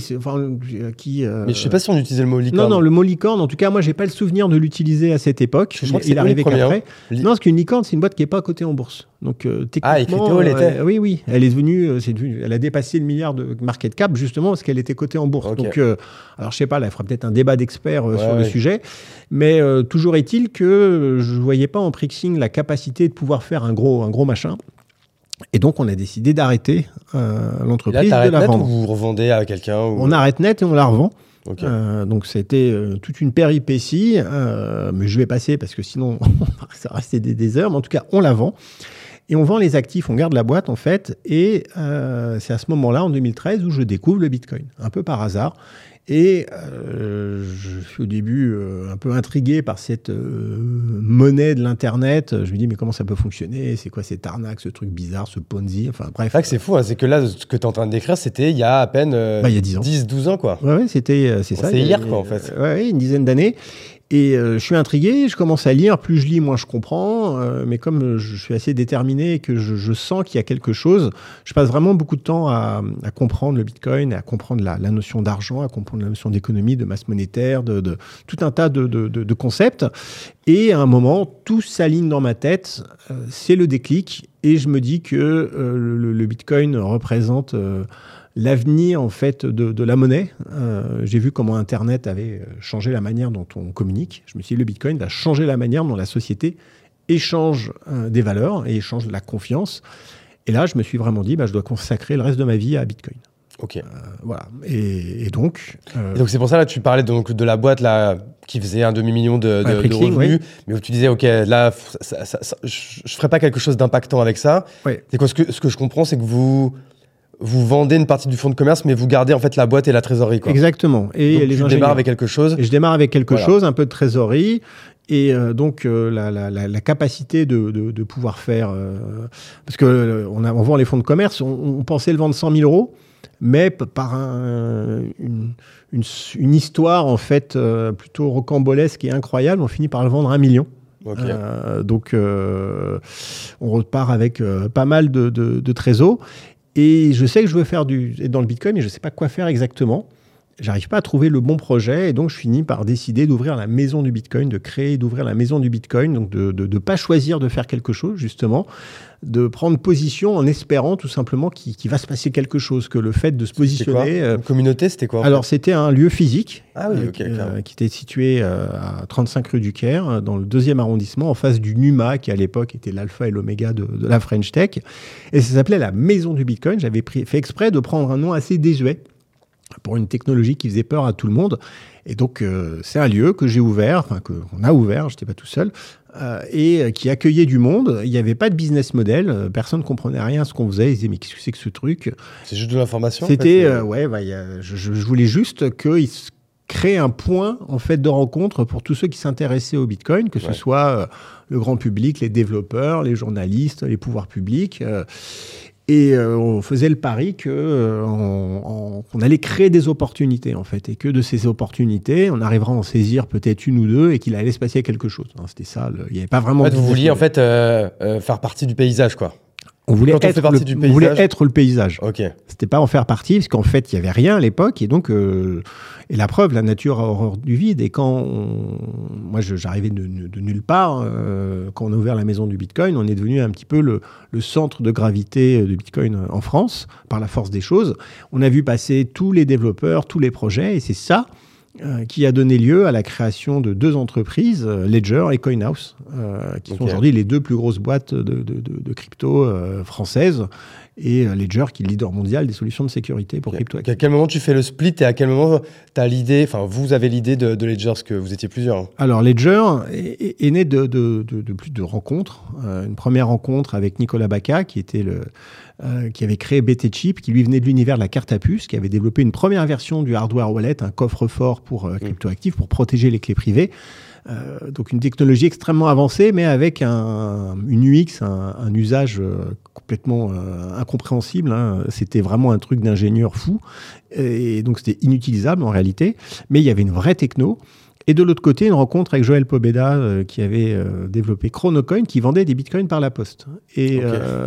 je sais pas si on utilisait le mot licorne. Non, le mot licorne, en tout cas, moi, j'ai pas le souvenir de l'utiliser à cette époque. Je crois que il arrivait qu'après. Non, parce qu'une licorne, c'est une boîte qui est pas cotée en bourse. Donc, techniquement. Et Criteo, elle était. Oui. Elle est devenue, elle a dépassé le milliard de market cap, justement, parce qu'elle était cotée en bourse. Okay. Donc, alors, je sais pas, là, il faudra peut-être un débat d'experts sur le sujet. Mais toujours est-il que je voyais pas en Prixing la capacité de pouvoir faire un gros machin. Et donc, on a décidé d'arrêter l'entreprise, de la vendre. Ou vous revendez à quelqu'un On arrête net et on la revend. Okay. Donc, c'était toute une péripétie. Mais je vais passer parce que sinon, ça va rester des heures. Mais en tout cas, on la vend. Et on vend les actifs, on garde la boîte, en fait. Et c'est à ce moment-là, en 2013, où je découvre le Bitcoin, un peu par hasard. Et je suis au début un peu intrigué par cette monnaie de l'Internet. Je me dis, mais comment ça peut fonctionner ? C'est quoi cette arnaque, ce truc bizarre, ce Ponzi ? Enfin, bref. C'est vrai que c'est fou, hein, c'est que là, ce que tu es en train de décrire, c'était il y a à peine il y a 10 ans. 10-12 ans, quoi. Ouais, c'est ça. C'est hier, quoi, en fait. Ouais, une dizaine d'années. Et je suis intrigué, je commence à lire, plus je lis, moins je comprends, mais comme je suis assez déterminé et que je sens qu'il y a quelque chose, je passe vraiment beaucoup de temps à comprendre le Bitcoin, à comprendre la notion d'argent, à comprendre la notion d'économie, de masse monétaire, de tout un tas de concepts. Et à un moment, tout s'aligne dans ma tête, c'est le déclic, et je me dis que le Bitcoin représente... l'avenir en fait de la monnaie. J'ai vu comment Internet avait changé la manière dont on communique. Je me suis dit, le Bitcoin va changer la manière dont la société échange des valeurs et échange de la confiance. Et là, je me suis vraiment dit, je dois consacrer le reste de ma vie à Bitcoin. Ok. Voilà. Et donc... Et donc c'est pour ça, là, tu parlais donc de la boîte là, qui faisait un demi-million de revenus, oui. Mais où tu disais, ok, là, je ne ferai pas quelque chose d'impactant avec ça. Oui. C'est quoi, ce que je comprends, c'est que vous vendez une partie du fonds de commerce, mais vous gardez en fait la boîte et la trésorerie, quoi. Exactement. Et donc, les tu démarres avec quelque chose. Et je démarre avec quelque chose, un peu de trésorerie. Et donc, la capacité de pouvoir faire... parce qu'on vend les fonds de commerce, on pensait le vendre 100 000 euros, mais par une histoire, en fait, plutôt rocambolesque et incroyable, on finit par le vendre 1 million. Okay. Donc, on repart avec pas mal de trésors. Et je sais que je veux faire dans le Bitcoin, mais je ne sais pas quoi faire exactement. J'arrive pas à trouver le bon projet, et donc je finis par décider d'ouvrir la maison du Bitcoin, d'ouvrir la maison du Bitcoin, donc de pas choisir de faire quelque chose, justement, de prendre position en espérant tout simplement qu'il va se passer quelque chose, que le fait de se positionner... Une communauté, c'était quoi ? Alors, c'était un lieu physique qui était situé à 35 rue du Caire, dans le 2e arrondissement, en face du NUMA, qui à l'époque était l'alpha et l'oméga de la French Tech. Et ça s'appelait la Maison du Bitcoin. J'avais fait exprès de prendre un nom assez désuet pour une technologie qui faisait peur à tout le monde. Et donc, c'est un lieu que j'ai ouvert, qu'on a ouvert, je n'étais pas tout seul, et qui accueillait du monde. Il n'y avait pas de business model, personne ne comprenait rien à ce qu'on faisait. Ils disaient, mais qu'est-ce que c'est que ce truc ? C'est juste de l'information. C'était, je voulais juste qu'ils créent un point en fait, de rencontre pour tous ceux qui s'intéressaient au Bitcoin, que ce soit le grand public, les développeurs, les journalistes, les pouvoirs publics. Et on faisait le pari qu'on allait créer des opportunités, en fait, et que de ces opportunités, on arrivera à en saisir peut-être une ou deux et qu'il allait se passer quelque chose. C'était ça, il n'y avait pas vraiment... En fait, vous vouliez en fait, faire partie du paysage, quoi. On voulait être le paysage. Okay. C'était pas en faire partie, parce qu'en fait, il n'y avait rien à l'époque. Et donc, et la preuve, la nature a horreur du vide. Et quand moi, j'arrivais de nulle part, quand on a ouvert la maison du Bitcoin, on est devenu un petit peu le centre de gravité du Bitcoin en France, par la force des choses. On a vu passer tous les développeurs, tous les projets, et c'est ça qui a donné lieu à la création de 2 entreprises, Ledger et CoinHouse, qui sont aujourd'hui les 2 plus grosses boîtes de crypto françaises, et Ledger qui est le leader mondial des solutions de sécurité pour crypto. À quel moment tu fais le split et à quel moment t'as l'idée, enfin vous avez l'idée de Ledger, parce que vous étiez plusieurs. Hein. Alors Ledger est né de plus de rencontres. Une première rencontre avec Nicolas Baca, qui avait créé BT Chip, qui lui venait de l'univers de la carte à puce, qui avait développé une première version du hardware wallet, un coffre-fort pour cryptoactifs, pour protéger les clés privées. Donc une technologie extrêmement avancée, mais avec une UX, un usage complètement incompréhensible. Hein. C'était vraiment un truc d'ingénieur fou. Et donc c'était inutilisable en réalité. Mais il y avait une vraie techno. Et de l'autre côté, une rencontre avec Joël Pobeda qui avait développé Chronocoin, qui vendait des bitcoins par la poste. Et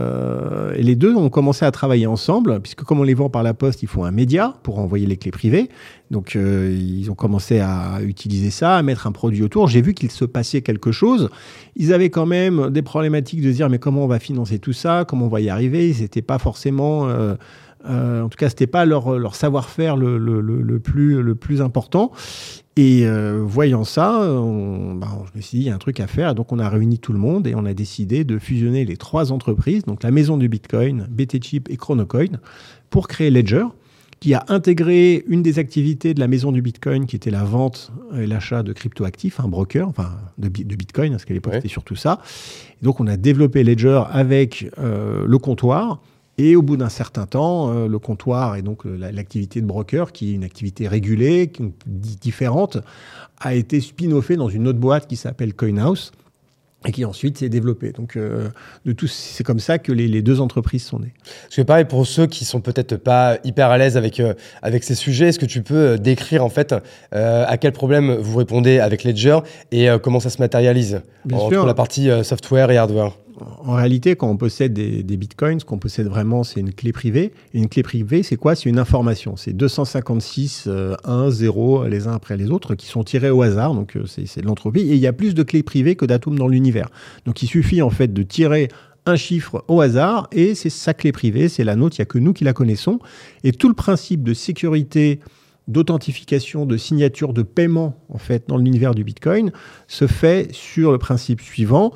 les deux ont commencé à travailler ensemble, puisque comme on les vend par la poste, il faut un média pour envoyer les clés privées. Donc ils ont commencé à utiliser ça, à mettre un produit autour. J'ai vu qu'il se passait quelque chose. Ils avaient quand même des problématiques de se dire mais comment on va financer tout ça, comment on va y arriver. C'était pas forcément... en tout cas, c'était pas leur savoir-faire le plus important. Et voyant ça, je me suis dit, il y a un truc à faire. Donc, on a réuni tout le monde et on a décidé de fusionner les 3 entreprises, donc la maison du Bitcoin, BTChip et Chronocoin, pour créer Ledger, qui a intégré une des activités de la maison du Bitcoin, qui était la vente et l'achat de cryptoactifs, un broker, enfin de Bitcoin, parce qu'à l'époque, c'était surtout ça. Et donc, on a développé Ledger avec le comptoir. Et au bout d'un certain temps, le comptoir et donc l'activité de broker, qui est une activité régulée, différente, a été spin-offée dans une autre boîte qui s'appelle CoinHouse et qui ensuite s'est développée. Donc, c'est comme ça que les 2 entreprises sont nées. Parce que pareil, pour ceux qui sont peut-être pas hyper à l'aise avec ces sujets, est-ce que tu peux décrire en fait à quel problème vous répondez avec Ledger et comment ça se matérialise entre la partie software et hardware? En réalité, quand on possède des bitcoins, ce qu'on possède vraiment, c'est une clé privée. Et une clé privée, c'est quoi? C'est une information. C'est 256 1, 0 les uns après les autres qui sont tirés au hasard. Donc, c'est de l'entropie. Et il y a plus de clés privées que d'atomes dans l'univers. Donc, il suffit en fait de tirer un chiffre au hasard et c'est sa clé privée, c'est la nôtre. Il n'y a que nous qui la connaissons. Et tout le principe de sécurité, d'authentification, de signature, de paiement, en fait, dans l'univers du Bitcoin, se fait sur le principe suivant.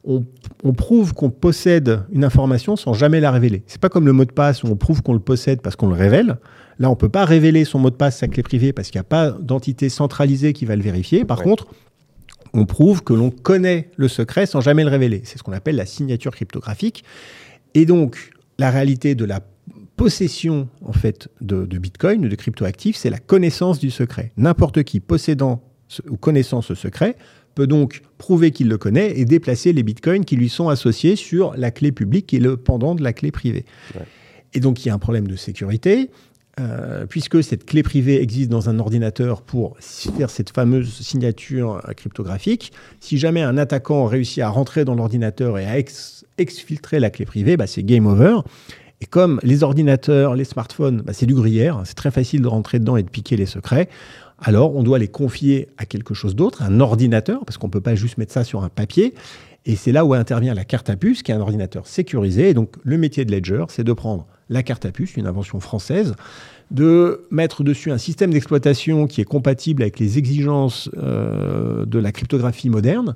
On prouve qu'on possède une information sans jamais la révéler. C'est pas comme le mot de passe où on prouve qu'on le possède parce qu'on le révèle. Là, on peut pas révéler son mot de passe, sa clé privée, parce qu'il n'y a pas d'entité centralisée qui va le vérifier. Par contre, on prouve que l'on connaît le secret sans jamais le révéler. C'est ce qu'on appelle la signature cryptographique. Et donc, la réalité de la possession en fait de Bitcoin, de cryptoactifs, c'est la connaissance du secret. N'importe qui possédant ou connaissant ce secret peut donc prouver qu'il le connaît et déplacer les bitcoins qui lui sont associés sur la clé publique qui est le pendant de la clé privée. Ouais. Et donc, il y a un problème de sécurité, puisque cette clé privée existe dans un ordinateur pour faire cette fameuse signature cryptographique. Si jamais un attaquant réussit à rentrer dans l'ordinateur et à exfiltrer la clé privée, c'est game over. Et comme les ordinateurs, les smartphones, c'est du gruyère, c'est très facile de rentrer dedans et de piquer les secrets, alors on doit les confier à quelque chose d'autre, un ordinateur, parce qu'on ne peut pas juste mettre ça sur un papier. Et c'est là où intervient la carte à puce, qui est un ordinateur sécurisé. Et donc le métier de Ledger, c'est de prendre la carte à puce, une invention française, de mettre dessus un système d'exploitation qui est compatible avec les exigences de la cryptographie moderne,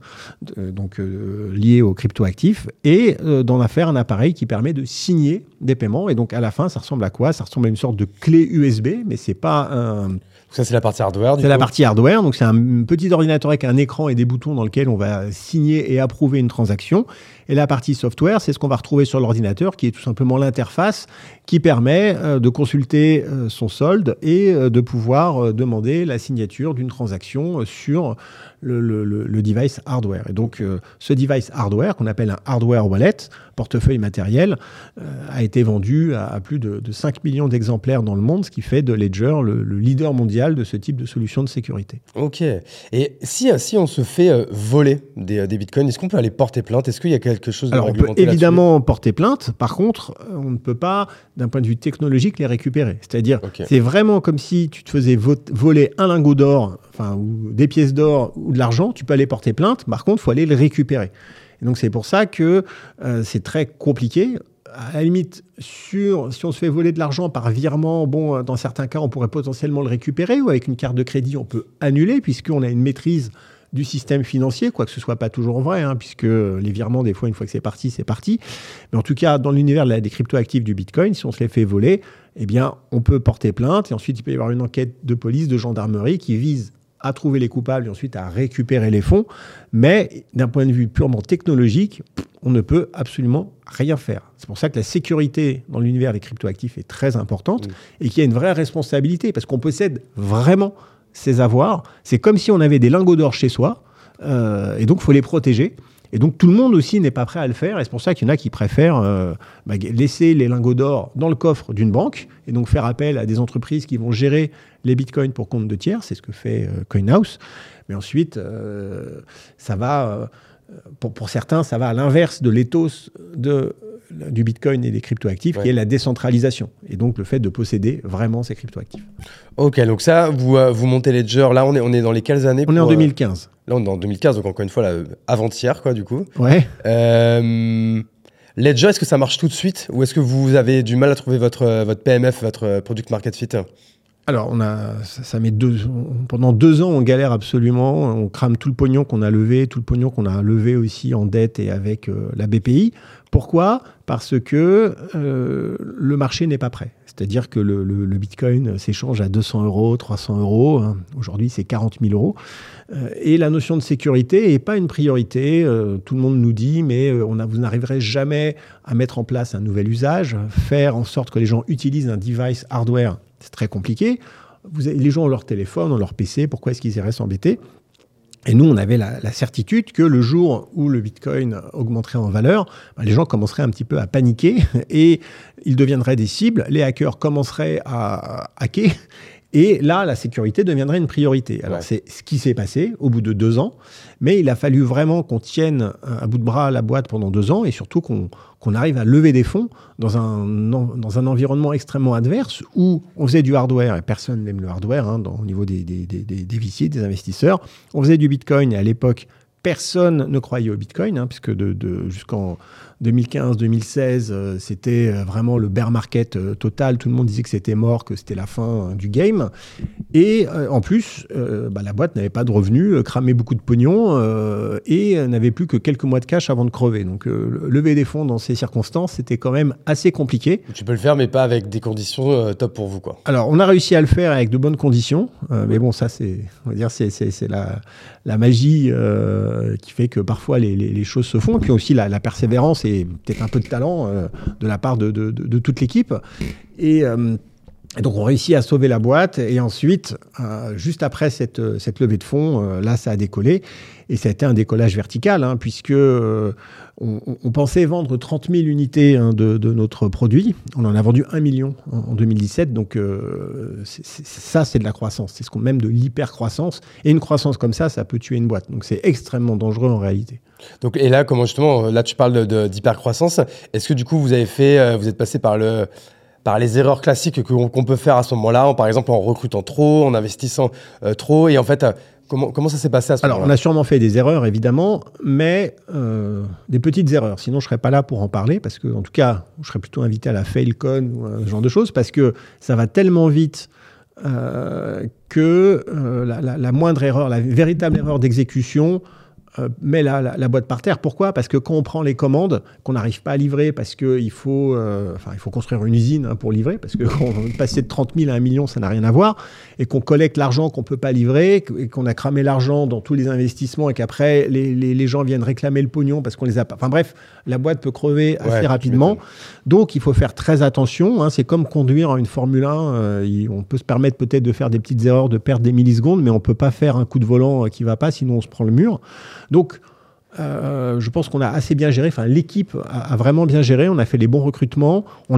liée aux cryptoactifs, et d'en faire un appareil qui permet de signer des paiements. Et donc à la fin, ça ressemble à quoi? Ça ressemble à une sorte de clé USB, mais c'est pas un... Ça, c'est la partie hardware. C'est la partie hardware. Donc, c'est un petit ordinateur avec un écran et des boutons dans lequel on va signer et approuver une transaction. Et la partie software, c'est ce qu'on va retrouver sur l'ordinateur, qui est tout simplement l'interface qui permet de consulter son solde et de pouvoir demander la signature d'une transaction sur le device hardware. Et donc, ce device hardware, qu'on appelle un hardware wallet, portefeuille matériel, a été vendu à plus de 5 millions d'exemplaires dans le monde, ce qui fait de Ledger le leader mondial de ce type de solution de sécurité. Ok. Et si on se fait voler des bitcoins, est-ce qu'on peut aller porter plainte? Est-ce qu'il y a quelque chose de réglementé là-dessus? On peut évidemment porter plainte. Par contre, on ne peut pas, d'un point de vue technologique, les récupérer. C'est-à-dire, c'est vraiment comme si tu te faisais voler un lingot d'or, ou des pièces d'or ou de l'argent, tu peux aller porter plainte. Par contre, il faut aller le récupérer. Et donc, c'est pour ça que c'est très compliqué. À la limite, si on se fait voler de l'argent par virement, dans certains cas, on pourrait potentiellement le récupérer, ou avec une carte de crédit, on peut annuler, puisqu'on a une maîtrise du système financier, quoique ce ne soit pas toujours vrai, puisque les virements, des fois, une fois que c'est parti, c'est parti. Mais en tout cas, dans l'univers des cryptoactifs du Bitcoin, si on se les fait voler, eh bien, on peut porter plainte, et ensuite, il peut y avoir une enquête de police, de gendarmerie, qui vise à trouver les coupables et ensuite à récupérer les fonds. Mais d'un point de vue purement technologique, on ne peut absolument rien faire. C'est pour ça que la sécurité dans l'univers des cryptoactifs est très importante et qu'il y a une vraie responsabilité parce qu'on possède vraiment ces avoirs. C'est comme si on avait des lingots d'or chez soi et donc il faut les protéger. Et donc, tout le monde aussi n'est pas prêt à le faire. Et c'est pour ça qu'il y en a qui préfèrent laisser les lingots d'or dans le coffre d'une banque et donc faire appel à des entreprises qui vont gérer les bitcoins pour compte de tiers. C'est ce que fait CoinHouse. Mais ensuite, ça va... Pour certains, ça va à l'inverse de l'éthos du Bitcoin et des cryptoactifs, qui est la décentralisation. Et donc, le fait de posséder vraiment ces cryptoactifs. Ok, donc ça, vous montez Ledger. Là, on est dans les quelles années On est en 2015. Là, on est en 2015, donc encore une fois, là, avant-hier, quoi, du coup. Ouais. Ledger, est-ce que ça marche tout de suite ou est-ce que vous avez du mal à trouver votre PMF, votre Product Market Fit ? Alors, ça met pendant 2 ans, on galère absolument. On crame tout le pognon qu'on a levé, tout le pognon qu'on a levé aussi en dette et avec la BPI. Pourquoi ? Parce que le marché n'est pas prêt. C'est-à-dire que le Bitcoin s'échange à 200 €, 300 €. Hein. Aujourd'hui, c'est 40 000 €. Et la notion de sécurité n'est pas une priorité. Tout le monde nous dit, mais vous n'arriverez jamais à mettre en place un nouvel usage, faire en sorte que les gens utilisent un device hardware. C'est très compliqué. Les gens ont leur téléphone, ont leur PC. Pourquoi est-ce qu'ils iraient s'embêter ? Et nous, on avait la certitude que le jour où le Bitcoin augmenterait en valeur, les gens commenceraient un petit peu à paniquer et ils deviendraient des cibles. Les hackers commenceraient à hacker. Et là, la sécurité deviendrait une priorité. Alors, c'est ce qui s'est passé au bout de 2 ans. Mais il a fallu vraiment qu'on tienne à bout de bras la boîte pendant 2 ans et surtout qu'on arrive à lever des fonds dans un environnement extrêmement adverse où on faisait du hardware et personne n'aime le hardware au niveau des VC, des investisseurs. On faisait du Bitcoin et à l'époque, personne ne croyait au Bitcoin puisque jusqu'en 2015-2016, c'était vraiment le bear market total. Tout le monde disait que c'était mort, que c'était la fin du game. Et en plus, la boîte n'avait pas de revenus, cramait beaucoup de pognon et n'avait plus que quelques mois de cash avant de crever. Donc, lever des fonds dans ces circonstances, c'était quand même assez compliqué. Tu peux le faire, mais pas avec des conditions top pour vous, quoi. Alors, on a réussi à le faire avec de bonnes conditions. Mais bon, ça, c'est la magie qui fait que parfois les choses se font. Et puis aussi la persévérance et peut-être un peu de talent de la part de toute l'équipe. Et donc, on réussit à sauver la boîte. Et ensuite, juste après cette levée de fonds, là, ça a décollé. Et ça a été un décollage vertical, puisque on pensait vendre 30 000 unités de notre produit. On en a vendu 1 million en 2017. Donc, ça, c'est de la croissance. C'est même de l'hyper-croissance. Et une croissance comme ça peut tuer une boîte. Donc, c'est extrêmement dangereux en réalité. Donc, et là, comment justement, là, tu parles d'hyper-croissance. Est-ce que du coup, vous êtes passé par les erreurs classiques qu'on peut faire à ce moment-là, par exemple en recrutant trop, en investissant trop, et en fait, comment ça s'est passé à ce moment-là ? Alors, on a sûrement fait des erreurs, évidemment, mais des petites erreurs. Sinon, je ne serais pas là pour en parler, parce que, en tout cas, je serais plutôt invité à la Failcon ou ce genre de choses, parce que ça va tellement vite que la moindre erreur, la véritable erreur d'exécution, met la boîte par terre. Pourquoi ? Parce que quand on prend les commandes, qu'on n'arrive pas à livrer parce qu'il faut construire une usine pour livrer, parce que quand on passer de 30 000 à 1 million, ça n'a rien à voir, et qu'on collecte l'argent qu'on ne peut pas livrer, et qu'on a cramé l'argent dans tous les investissements, et qu'après, les gens viennent réclamer le pognon parce qu'on les a pas... Enfin bref, la boîte peut crever assez rapidement. Donc, il faut faire très attention. C'est comme conduire une Formule 1. On peut se permettre peut-être de faire des petites erreurs, de perdre des millisecondes, mais on ne peut pas faire un coup de volant qui ne va pas, sinon on se prend le mur. Donc, je pense qu'on a assez bien géré. Enfin, l'équipe a vraiment bien géré. On a fait les bons recrutements. On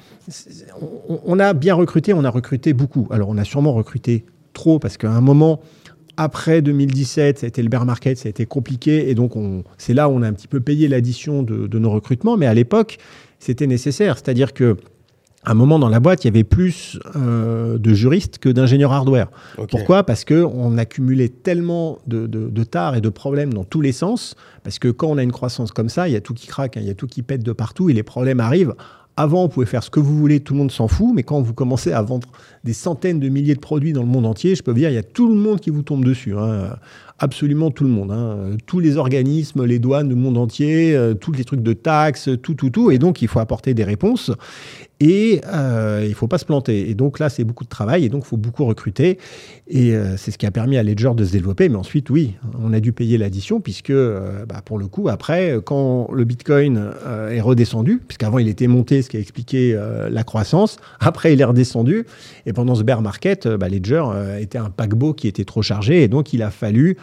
a bien recruté. On a recruté beaucoup. Alors, on a sûrement recruté trop parce qu'à un moment, après 2017, ça a été le bear market, ça a été compliqué. Et donc, c'est là où on a un petit peu payé l'addition de nos recrutements. Mais à l'époque, c'était nécessaire. C'est-à-dire que à un moment dans la boîte, il y avait plus de juristes que d'ingénieurs hardware. Okay. Pourquoi ? Parce qu'on accumulait tellement de tares et de problèmes dans tous les sens. Parce que quand on a une croissance comme ça, il y a tout qui craque, il y a tout qui pète de partout et les problèmes arrivent. Avant, vous pouvez faire ce que vous voulez, tout le monde s'en fout. Mais quand vous commencez à vendre des centaines de milliers de produits dans le monde entier, je peux vous dire, il y a tout le monde qui vous tombe dessus. Absolument tout le monde. Tous les organismes, les douanes du monde entier, tous les trucs de taxes, tout. Et donc, il faut apporter des réponses. Et il ne faut pas se planter. Et donc là, c'est beaucoup de travail. Et donc, il faut beaucoup recruter. Et c'est ce qui a permis à Ledger de se développer. Mais ensuite, oui, on a dû payer l'addition puisque, pour le coup, après, quand le Bitcoin est redescendu, puisqu'avant, il était monté, ce qui a expliqué la croissance. Après, il est redescendu. Et pendant ce bear market, Ledger était un paquebot qui était trop chargé. Et donc, il a fallu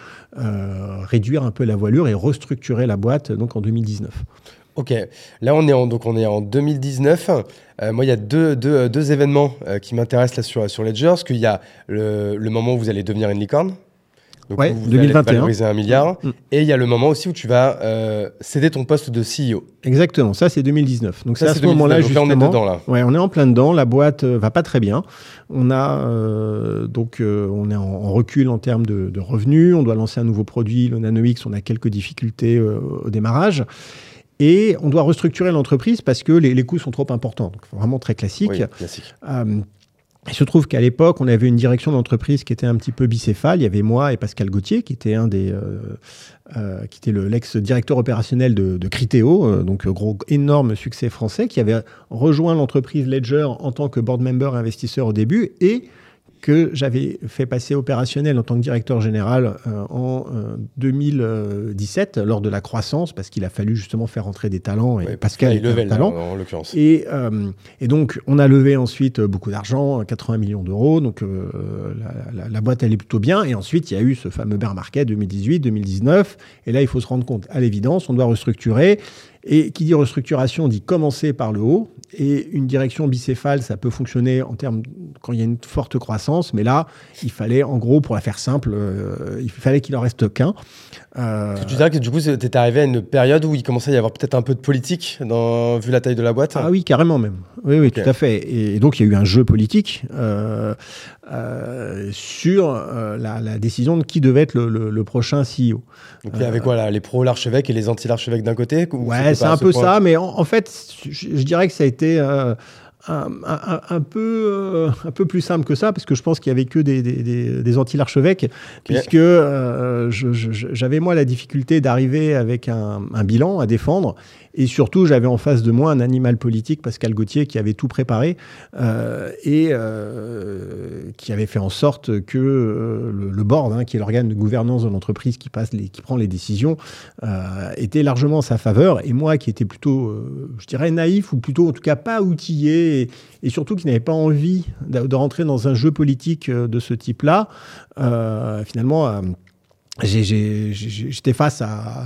réduire un peu la voilure et restructurer la boîte donc en 2019. Ok, là on est en 2019. Moi, il y a deux événements qui m'intéressent là sur Ledger. Parce qu'il y a le moment où vous allez devenir une licorne. Donc, ouais, vous 2021. allez valoriser 1 milliard. Et il y a le moment aussi où tu vas céder ton poste de CEO. Exactement, ça c'est 2019. Donc ça, c'est à ce moment-là justement. Là, on est dedans là. Ouais, on est en plein dedans. La boîte va pas très bien. On a on est en recul en termes de revenus. On doit lancer un nouveau produit, le NanoX. On a quelques difficultés au démarrage. Et on doit restructurer l'entreprise parce que les coûts sont trop importants. Donc, vraiment très classique. Oui, classique. Il se trouve qu'à l'époque, on avait une direction d'entreprise qui était un petit peu bicéphale. Il y avait moi et Pascal Gauthier, qui était qui était l'ex-directeur opérationnel de Criteo, donc énorme succès français, qui avait rejoint l'entreprise Ledger en tant que board member investisseur au début et que j'avais fait passer opérationnel en tant que directeur général en 2017 lors de la croissance, parce qu'il a fallu justement faire entrer des talents, et Pascal était un talent. En l'occurrence. Et donc, on a levé ensuite beaucoup d'argent, 80 millions d'euros, donc la boîte allait plutôt bien, et ensuite il y a eu ce fameux bear market 2018-2019, et là il faut se rendre compte, à l'évidence, on doit restructurer. Et qui dit restructuration dit commencer par le haut. Et une direction bicéphale, ça peut fonctionner en termes quand il y a une forte croissance. Mais là, il fallait, en gros, pour la faire simple, il fallait qu'il en reste qu'un. Tu dirais que du coup, tu étais arrivé à une période où il commençait à y avoir peut-être un peu de politique, vu la taille de la boîte. Ah oui, carrément même. Oui, okay. Tout à fait. Et donc, il y a eu un jeu politique sur la décision de qui devait être le prochain CEO. Donc, il y avait quoi là, les pro-l'archevêque et les anti-l'archevêque d'un côté? Ouais, c'est un peu ça, mais en fait, je dirais que ça a été un peu plus simple que ça, parce que je pense qu'il n'y avait que des anti-l'archevêque, puisque j'avais moi la difficulté d'arriver avec un bilan à défendre, et surtout j'avais en face de moi un animal politique, Pascal Gauthier, qui avait tout préparé et qui avait fait en sorte que le board, qui est l'organe de gouvernance de l'entreprise qui prend les décisions, était largement en sa faveur, et moi qui étais plutôt, je dirais, naïf, ou plutôt en tout cas pas outillé, et surtout qui n'avait pas envie de rentrer dans un jeu politique de ce type-là, finalement, j'étais face à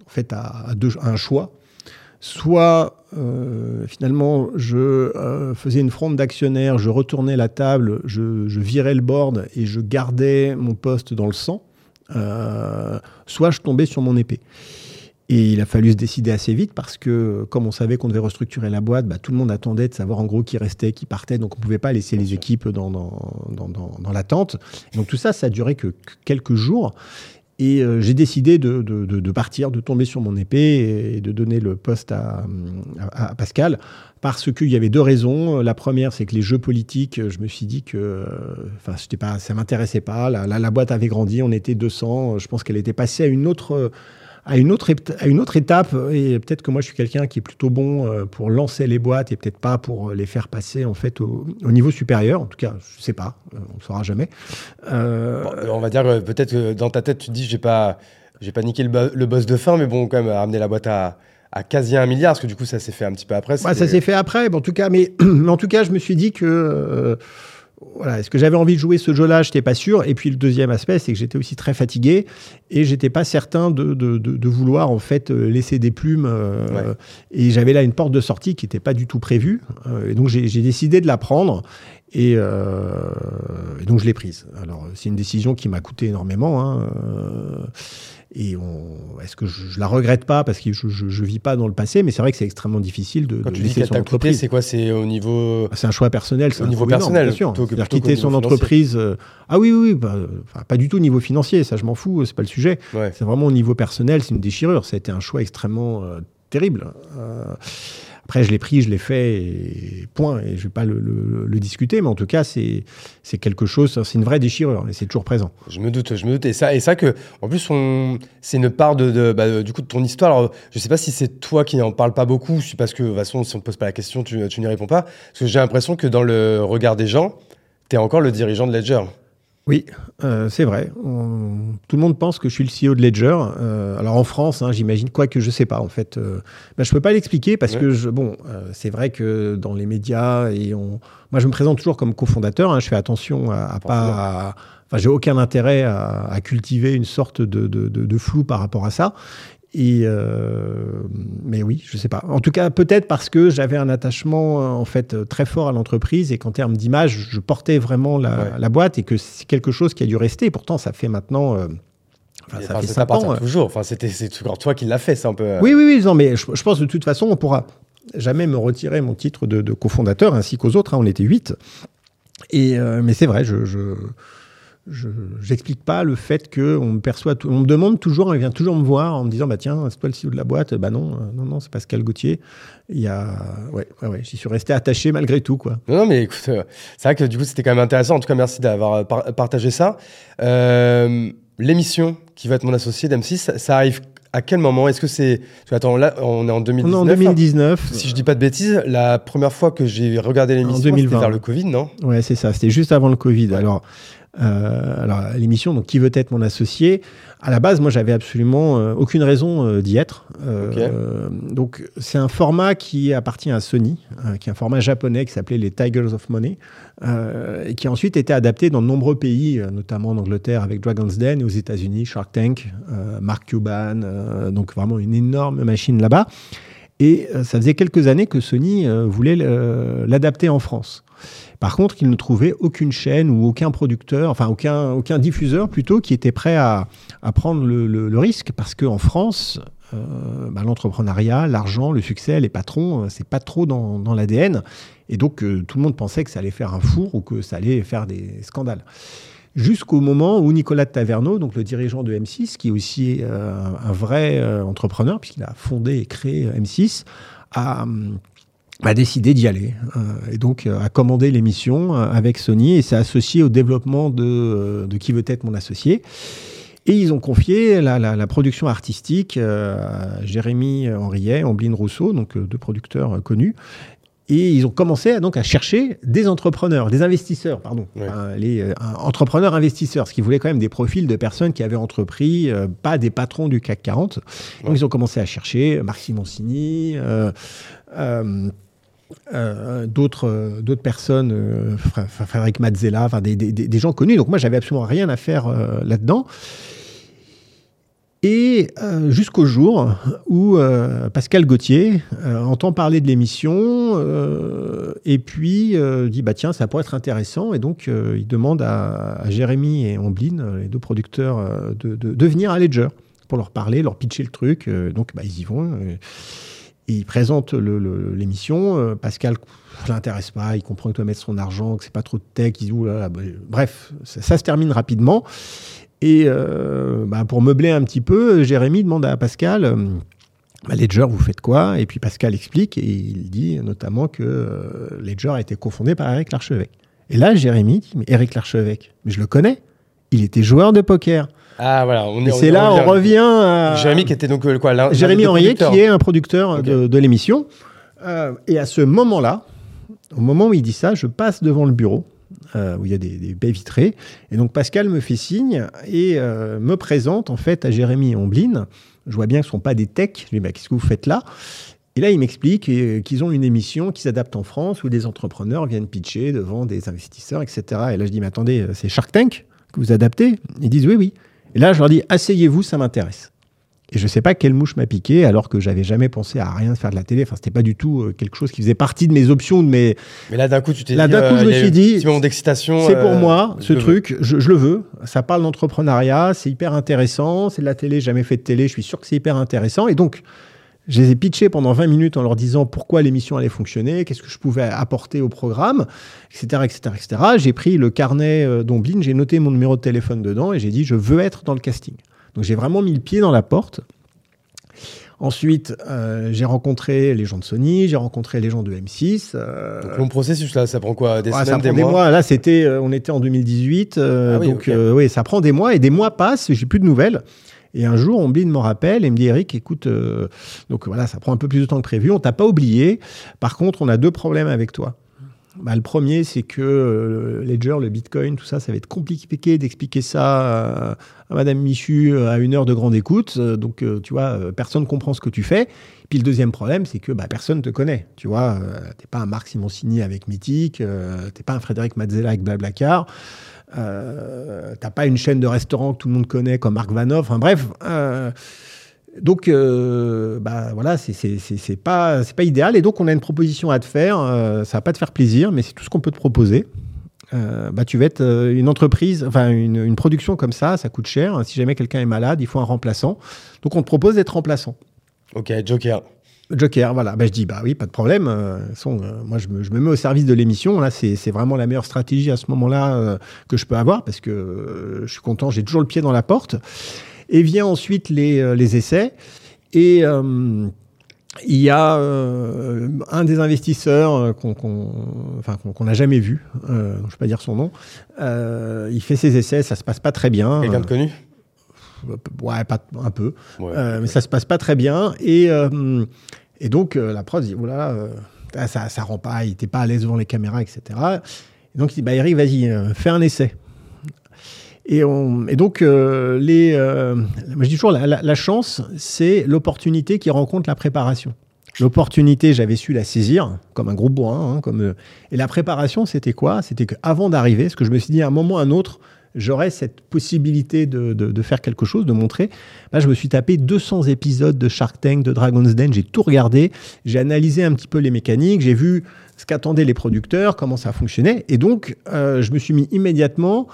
un choix. Soit, finalement, je faisais une fronde d'actionnaires, je retournais la table, je virais le board et je gardais mon poste dans le sang, soit je tombais sur mon épée. Et il a fallu se décider assez vite parce que, comme on savait qu'on devait restructurer la boîte, tout le monde attendait de savoir en gros qui restait, qui partait. Donc, on ne pouvait pas laisser les équipes dans l'attente. Et donc, tout ça, ça a duré que quelques jours. Et j'ai décidé de partir, de tomber sur mon épée et de donner le poste à Pascal, parce qu'il y avait deux raisons. La première, c'est que les jeux politiques, je me suis dit que ça ne m'intéressait pas. La boîte avait grandi, on était 200. Je pense qu'elle était passée à une autre étape, et peut-être que moi je suis quelqu'un qui est plutôt bon pour lancer les boîtes et peut-être pas pour les faire passer en fait au niveau supérieur. En tout cas, je sais pas, on ne saura jamais. On va dire peut-être que dans ta tête tu te dis j'ai pas niqué le boss de fin, mais bon, quand même ramener la boîte à quasi 1 milliard, parce que du coup ça s'est fait un petit peu après. Ouais, ça s'est fait après, en tout cas, mais en tout cas je me suis dit que voilà, est-ce que j'avais envie de jouer ce jeu-là? Je n'étais pas sûr. Et puis le deuxième aspect, c'est que j'étais aussi très fatigué et j'étais pas certain de vouloir en fait laisser des plumes. Ouais. Et j'avais là une porte de sortie qui n'était pas du tout prévue. Et donc j'ai décidé de la prendre. Et donc je l'ai prise. Alors c'est une décision qui m'a coûté énormément. Et est-ce que je la regrette pas parce que je vis pas dans le passé, mais c'est vrai que c'est extrêmement difficile de laisser son entreprise. C'est quoi? C'est au niveau... C'est un choix personnel. Au niveau personnel, bien sûr. C'est-à-dire quitter son entreprise... Ah oui, pas du tout au niveau financier, ça je m'en fous, c'est pas le sujet. Ouais. C'est vraiment au niveau personnel, c'est une déchirure. Ça a été un choix extrêmement terrible. Après, je l'ai pris, je l'ai fait, et point. Et je ne vais pas le discuter, mais en tout cas, c'est quelque chose, c'est une vraie déchirure, et c'est toujours présent. Je me doute. Et ça que, en plus, c'est une part du coup de ton histoire. Alors, je ne sais pas si c'est toi qui n'en parles pas beaucoup, parce que de toute façon, si on ne te pose pas la question, tu n'y réponds pas. Parce que j'ai l'impression que dans le regard des gens, tu es encore le dirigeant de Ledger. Oui, c'est vrai. Tout le monde pense que je suis le CEO de Ledger. Alors en France, j'imagine, quoique je ne sais pas en fait. Je ne peux pas l'expliquer parce que c'est vrai que dans les médias, moi je me présente toujours comme cofondateur. Je fais attention à pas... j'ai aucun intérêt à cultiver une sorte de flou par rapport à ça. Mais oui, je ne sais pas. En tout cas, peut-être parce que j'avais un attachement en fait très fort à l'entreprise et qu'en termes d'image, je portais vraiment la boîte et que c'est quelque chose qui a dû rester. Pourtant, ça fait maintenant... ça fait 5 ans. Toujours. C'est encore toi qui l'as fait, c'est un peu... Oui. Non, mais je pense de toute façon, on ne pourra jamais me retirer mon titre de cofondateur ainsi qu'aux autres. On était 8. Mais c'est vrai, je n'explique pas le fait qu'on me perçoit... On me demande toujours, on vient toujours me voir en me disant « Tiens, c'est toi le CEO de la boîte ?» Non, c'est Pascal Gauthier. J'y suis resté attaché malgré tout, quoi. Non, mais écoute, c'est vrai que du coup, c'était quand même intéressant. En tout cas, merci d'avoir partagé ça. L'émission qui va être mon associé d'M6, ça arrive à quel moment ? Est-ce que c'est... Attends, là, on est en 2019. On est en 2019. Si je dis pas de bêtises, la première fois que j'ai regardé l'émission, c'était vers le Covid, non ? Ouais, c'est ça. C'était juste avant le Covid. Ouais. Alors, l'émission, donc, qui veut être mon associé ? À la base, moi, j'avais absolument aucune raison d'y être. Donc, c'est un format qui appartient à Sony, qui est un format japonais qui s'appelait les Tigers of Money, et qui a ensuite été adapté dans de nombreux pays, notamment en Angleterre avec Dragon's Den, et aux États-Unis, Shark Tank, Mark Cuban, donc vraiment une énorme machine là-bas. Et ça faisait quelques années que Sony voulait l'adapter en France. Par contre, il ne trouvait aucune chaîne ou aucun producteur, enfin aucun diffuseur plutôt, qui était prêt à prendre le risque, parce qu'en France, l'entrepreneuriat, l'argent, le succès, les patrons, c'est pas trop dans l'ADN. Et donc, tout le monde pensait que ça allait faire un four ou que ça allait faire des scandales. Jusqu'au moment où Nicolas de Taverneau, donc le dirigeant de M6, qui est aussi un vrai entrepreneur, puisqu'il a fondé et créé M6, a décidé d'y aller. Et donc, a commandé l'émission avec Sony et s'est associé au développement de Qui veut être mon associé. Et ils ont confié la production artistique à Jérémy Henriet, Ambline Rousseau, donc deux producteurs connus. Et ils ont commencé à chercher des entrepreneurs, des investisseurs, pardon, les entrepreneurs investisseurs, ce qui voulait quand même des profils de personnes qui avaient entrepris, pas des patrons du CAC 40. Donc ils ont commencé à chercher Marc Simoncini, d'autres personnes, Frédéric Mazzella, des gens connus. Donc moi, j'avais absolument rien à faire là-dedans. Et jusqu'au jour où Pascal Gauthier entend parler de l'émission et puis dit tiens, ça pourrait être intéressant. Et donc, il demande à Jérémy et Ambline, les deux producteurs, de venir à Ledger pour leur parler, leur pitcher le truc. Donc, ils y vont. Et ils présentent l'émission. Pascal ne l'intéresse pas, il comprend qu'il doit mettre son argent, que c'est pas trop de tech. Il dit, bref, ça se termine rapidement. Et pour meubler un petit peu, Jérémy demande à Pascal, Ledger, vous faites quoi ? Et puis Pascal explique, et il dit notamment que Ledger a été cofondé par Éric Larchevêque. Et là, Jérémy dit, mais Éric Larchevêque, mais je le connais, il était joueur de poker. Ah voilà, on revient à... Jérémy qui était donc quoi Jérémy Henriet, qui est un producteur de l'émission. Et à ce moment-là, au moment où il dit ça, je passe devant le bureau, où il y a des baies vitrées. Et donc Pascal me fait signe et me présente en fait à Jérémy et Ambline. Je vois bien que ce ne sont pas des techs. Je lui dis, qu'est-ce que vous faites là ? Et là, il m'explique qu'ils ont une émission qui s'adapte en France où des entrepreneurs viennent pitcher devant des investisseurs, etc. Et là, je dis, mais attendez, c'est Shark Tank que vous adaptez ? Ils disent, oui. Et là, je leur dis, asseyez-vous, ça m'intéresse. Et je ne sais pas quelle mouche m'a piqué, alors que j'avais jamais pensé à rien de faire de la télé. Enfin, c'était pas du tout quelque chose qui faisait partie de mes options, de mes... Mais là, d'un coup, tu t'es dit... Là, d'un coup, je me suis dit... Petit moment d'excitation. C'est pour moi, ce truc. Je le veux. Ça parle d'entrepreneuriat. C'est hyper intéressant. C'est de la télé. Jamais fait de télé. Je suis sûr que c'est hyper intéressant. Et donc, je les ai pitchés pendant 20 minutes en leur disant pourquoi l'émission allait fonctionner, qu'est-ce que je pouvais apporter au programme, etc. J'ai pris le carnet d'Ambline, j'ai noté mon numéro de téléphone dedans et j'ai dit, je veux être dans le casting. Donc, j'ai vraiment mis le pied dans la porte. Ensuite, j'ai rencontré les gens de Sony, j'ai rencontré les gens de M6. Donc, long processus, là, ça prend quoi ? Des semaines, ça prend des mois ? Là, on était en 2018. Oui, ça prend des mois et des mois passent, j'ai plus de nouvelles. Et un jour, Ambline me rappelle et me dit, Eric, écoute, donc voilà, ça prend un peu plus de temps que prévu, on t'a pas oublié. Par contre, on a 2 problèmes avec toi. Le premier, c'est que Ledger, le Bitcoin, tout ça, ça va être compliqué d'expliquer ça à Madame Michu à 1 heure de grande écoute. Donc, tu vois, personne ne comprend ce que tu fais. Puis le deuxième problème, c'est que personne ne te connaît. Tu vois, t'es pas un Marc Simoncini avec Mythique, t'es pas un Frédéric Mazzella avec Blablacar, t'as pas une chaîne de restaurants que tout le monde connaît comme Marc Vanoff. Enfin bref. Donc, voilà, c'est pas idéal. Et donc, on a une proposition à te faire. Ça va pas te faire plaisir, mais c'est tout ce qu'on peut te proposer. Tu vas être une entreprise, enfin, une production comme ça coûte cher. Si jamais quelqu'un est malade, il faut un remplaçant. Donc, on te propose d'être remplaçant. Ok, Joker, voilà. Je dis, oui, pas de problème. Moi, je me mets au service de l'émission. Là, c'est vraiment la meilleure stratégie à ce moment-là que je peux avoir parce que je suis content, j'ai toujours le pied dans la porte. Et vient ensuite les essais. Et il y a un des investisseurs qu'on n'a jamais vu, je ne vais pas dire son nom. Il fait ses essais, ça ne se passe pas très bien. Quelqu'un de connu ? Ouais, un peu. Ouais. Mais ça ne se passe pas très bien. Et donc, la prod dit, ça ne rend pas, il n'était pas à l'aise devant les caméras, etc. Et donc, il dit, Eric, vas-y, fais un essai. Et donc, moi je dis toujours, la chance, c'est l'opportunité qui rencontre la préparation. L'opportunité, j'avais su la saisir, comme un gros bourrin. Et la préparation, c'était quoi ? C'était qu'avant d'arriver, parce que je me suis dit, à un moment ou à un autre, j'aurais cette possibilité de faire quelque chose, de montrer. Là, je me suis tapé 200 épisodes de Shark Tank, de Dragon's Den, j'ai tout regardé, j'ai analysé un petit peu les mécaniques, j'ai vu ce qu'attendaient les producteurs, comment ça fonctionnait. Et donc, je me suis mis immédiatement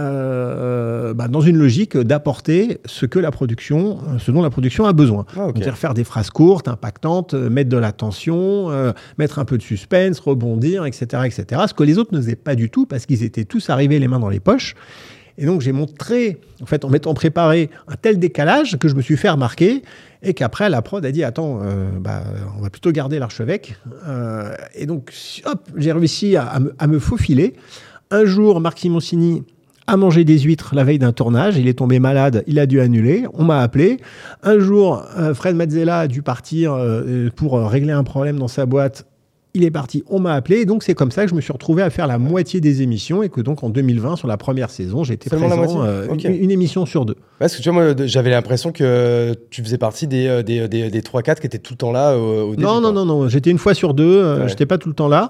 dans une logique d'apporter ce dont la production a besoin. Ah, okay. C'est-à-dire faire des phrases courtes, impactantes, mettre de la tension, mettre un peu de suspense, rebondir, etc., etc. Ce que les autres ne faisaient pas du tout parce qu'ils étaient tous arrivés les mains dans les poches. Et donc, j'ai montré, en fait, en m'étant préparé, un tel décalage que je me suis fait remarquer et qu'après, la prod a dit, attends, on va plutôt garder l'archevêque. Et donc, hop, j'ai réussi à me faufiler. Un jour, Marc Simoncini a mangé des huîtres la veille d'un tournage. Il est tombé malade, il a dû annuler. On m'a appelé. Un jour, Fred Mazzella a dû partir pour régler un problème dans sa boîte. Il est parti, on m'a appelé, et donc c'est comme ça que je me suis retrouvé à faire la moitié des émissions, et que donc en 2020, sur la première saison, j'étais présent une émission sur 2. Parce que tu vois, moi, j'avais l'impression que tu faisais partie des 3-4 qui étaient tout le temps là au début. Non, j'étais une fois sur 2, j'étais pas tout le temps là.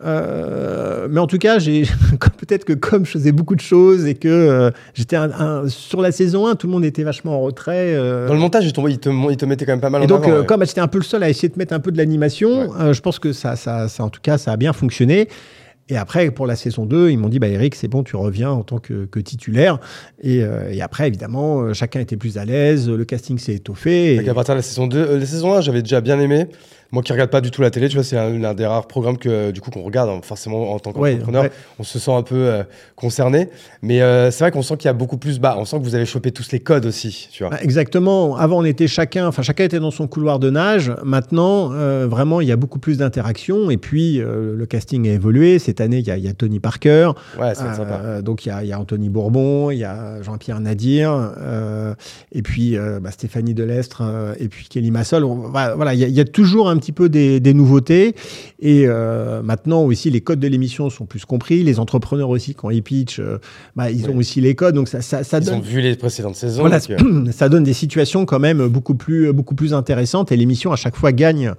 Mais en tout cas, peut-être que comme je faisais beaucoup de choses et que j'étais sur la saison 1, tout le monde était vachement en retrait. Dans le montage, il te mettait quand même pas mal en avant. Et donc, comme j'étais un peu le seul à essayer de mettre un peu de l'animation, je pense que ça, en tout cas, ça a bien fonctionné. Et après, pour la saison 2, ils m'ont dit, Eric, c'est bon, tu reviens en tant que titulaire. Et après, évidemment, chacun était plus à l'aise, le casting s'est étoffé. Donc à partir de la saison 2, la saison 1, j'avais déjà bien aimé. Moi qui regarde pas du tout la télé, tu vois, c'est l'un des rares programmes qu'on regarde, forcément en tant qu'entrepreneur. On se sent un peu concerné. Mais c'est vrai qu'on sent qu'il y a beaucoup plus. On sent que vous avez chopé tous les codes aussi, tu vois. Exactement. Avant, on était chacun était dans son couloir de nage. Maintenant, vraiment, il y a beaucoup plus d'interactions. Et puis, le casting a évolué. Cette année, il y a Tony Parker. Ouais, c'est sympa. Donc, il y a Anthony Bourbon, il y a Jean-Pierre Nadir, et puis Stéphanie Delestre, et puis Kelly Massol. Voilà, il y a toujours un petit peu des nouveautés. Et maintenant aussi, les codes de l'émission sont plus compris. Les entrepreneurs aussi, quand ils pitchent, ils ont aussi les codes. Donc ils ont vu les précédentes saisons. Voilà, ça donne des situations quand même beaucoup plus intéressantes. Et l'émission, à chaque fois, gagne,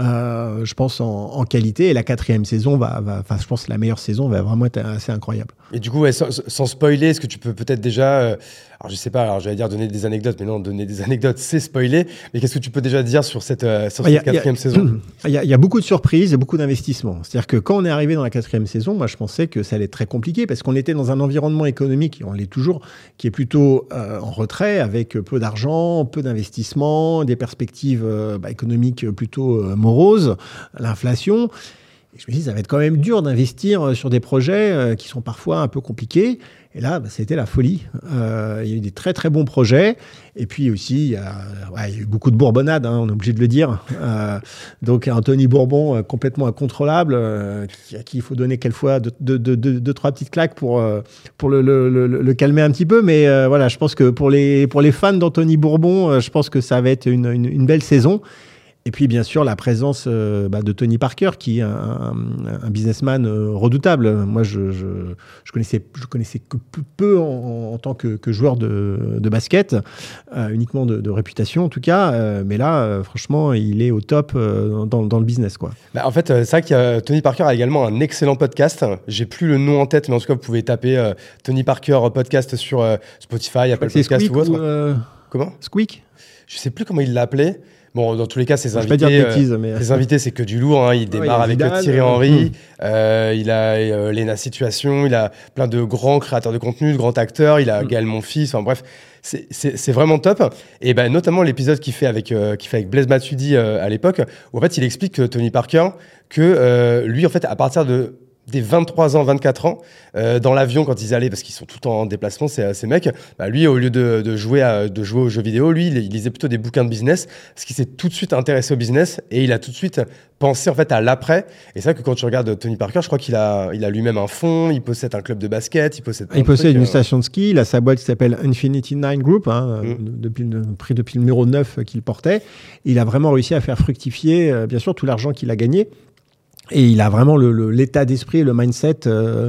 je pense, en qualité. Et la 4e saison je pense que la meilleure saison va vraiment être assez incroyable. Et du coup, sans spoiler, est-ce que tu peux peut-être déjà... alors, je sais pas, j'allais dire donner des anecdotes, mais non, donner des anecdotes, c'est spoiler. Mais qu'est-ce que tu peux déjà dire sur cette 4e saison ? Il y a beaucoup de surprises et beaucoup d'investissements. C'est-à-dire que quand on est arrivé dans la 4e saison, moi, je pensais que ça allait être très compliqué parce qu'on était dans un environnement économique, et on l'est toujours, qui est plutôt en retrait, avec peu d'argent, peu d'investissements, des perspectives économiques plutôt moroses, l'inflation. Et je me dis, ça va être quand même dur d'investir sur des projets qui sont parfois un peu compliqués. Et là, c'était la folie. Il y a eu des très, très bons projets. Et puis aussi, il y a eu beaucoup de bourbonnade, on est obligé de le dire. Donc, Anthony Bourbon, complètement incontrôlable, à qui il faut donner quelquefois deux, trois petites claques pour le calmer un petit peu. Mais je pense que pour les fans d'Anthony Bourbon, je pense que ça va être une belle saison. Et puis, bien sûr, la présence de Tony Parker, qui est un businessman redoutable. Moi, je connaissais que peu en tant que joueur de basket, uniquement de réputation en tout cas. Mais là, franchement, il est au top dans le business, quoi. En fait, c'est vrai que Tony Parker a également un excellent podcast. J'ai plus le nom en tête, mais en tout cas, vous pouvez taper Tony Parker podcast sur Spotify, Apple Podcast Squeak ou autre. Comment ? Squeak ? Je sais plus comment il l'appelait. Bon, dans tous les cas, ses invités, pas dire de bêtises, mais... ses invités, c'est que du lourd. Hein. Il démarre avec Thierry Henry. Il a Lena Situation. Il a plein de grands créateurs de contenu, de grands acteurs. Il a Gaël Monfils. Enfin bref, c'est vraiment top. Et notamment l'épisode qu'il fait avec Blaise Matuidi à l'époque, où en fait, il explique Tony Parker que lui, en fait, à partir des 23 ans, 24 ans, dans l'avion quand ils allaient, parce qu'ils sont tout le temps en déplacement, ces mecs, lui, au lieu de jouer aux jeux vidéo, lui, il lisait plutôt des bouquins de business, parce qu'il s'est tout de suite intéressé au business, et il a tout de suite pensé en fait à l'après. Et c'est vrai que quand tu regardes Tony Parker, je crois qu'il a lui-même un fonds, il possède un club de basket, il possède une station de ski, il a sa boîte qui s'appelle Infinity Nine Group, depuis le numéro 9 qu'il portait. Il a vraiment réussi à faire fructifier, bien sûr, tout l'argent qu'il a gagné. Et il a vraiment l'état d'esprit et le mindset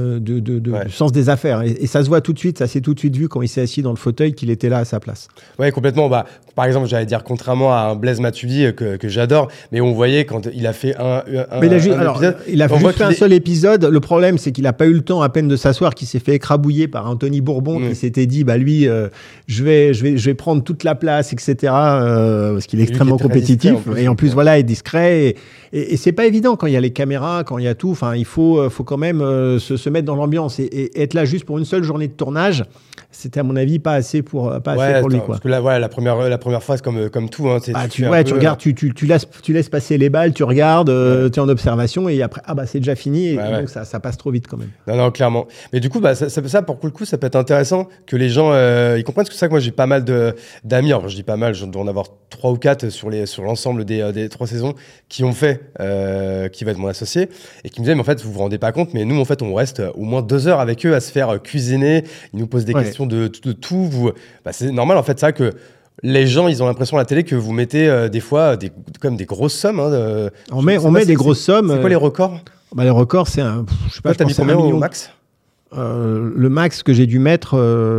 du sens des affaires. Et ça se voit tout de suite, ça s'est tout de suite vu quand il s'est assis dans le fauteuil qu'il était là à sa place. Ouais, complètement. Par exemple, j'allais dire, contrairement à un Blaise Matuidi que j'adore, mais on voyait quand il a fait un épisode. Il a juste fait un seul épisode. Le problème, c'est qu'il n'a pas eu le temps à peine de s'asseoir, qu'il s'est fait écrabouiller par Anthony Bourbon, qui s'était dit, lui, je vais prendre toute la place, etc. Parce qu'il est extrêmement compétitif. Et en plus, voilà, est discret. Et c'est pas évident quand il y a les caméras, quand il y a tout. Enfin, il faut quand même se mettre dans l'ambiance et être là juste pour une seule journée de tournage. C'était à mon avis pas assez pour lui, quoi. Parce que là, la première phase, comme tout, hein, tu regardes, tu laisses passer les balles, tu regardes, tu es en observation et après c'est déjà fini et donc ça passe trop vite quand même. Non, clairement. Mais du coup, ça pour le coup, ça peut être intéressant que les gens ils comprennent, parce que c'est ça que moi j'ai pas mal d'amis. Alors je dis pas mal, je dois en avoir 3 ou 4 sur l'ensemble des 3 saisons qui ont fait qui va être mon associé et qui me disait mais en fait vous vous rendez pas compte, mais nous en fait on reste au moins 2 heures avec eux à se faire cuisiner, ils nous posent des questions de tout, c'est normal en fait ça que les gens ils ont l'impression à la télé que vous mettez des fois comme des grosses sommes, hein, on met des grosses sommes. C'est quoi les records? Les records c'est je sais pas, t'as mis combien au max? Le max que j'ai dû mettre,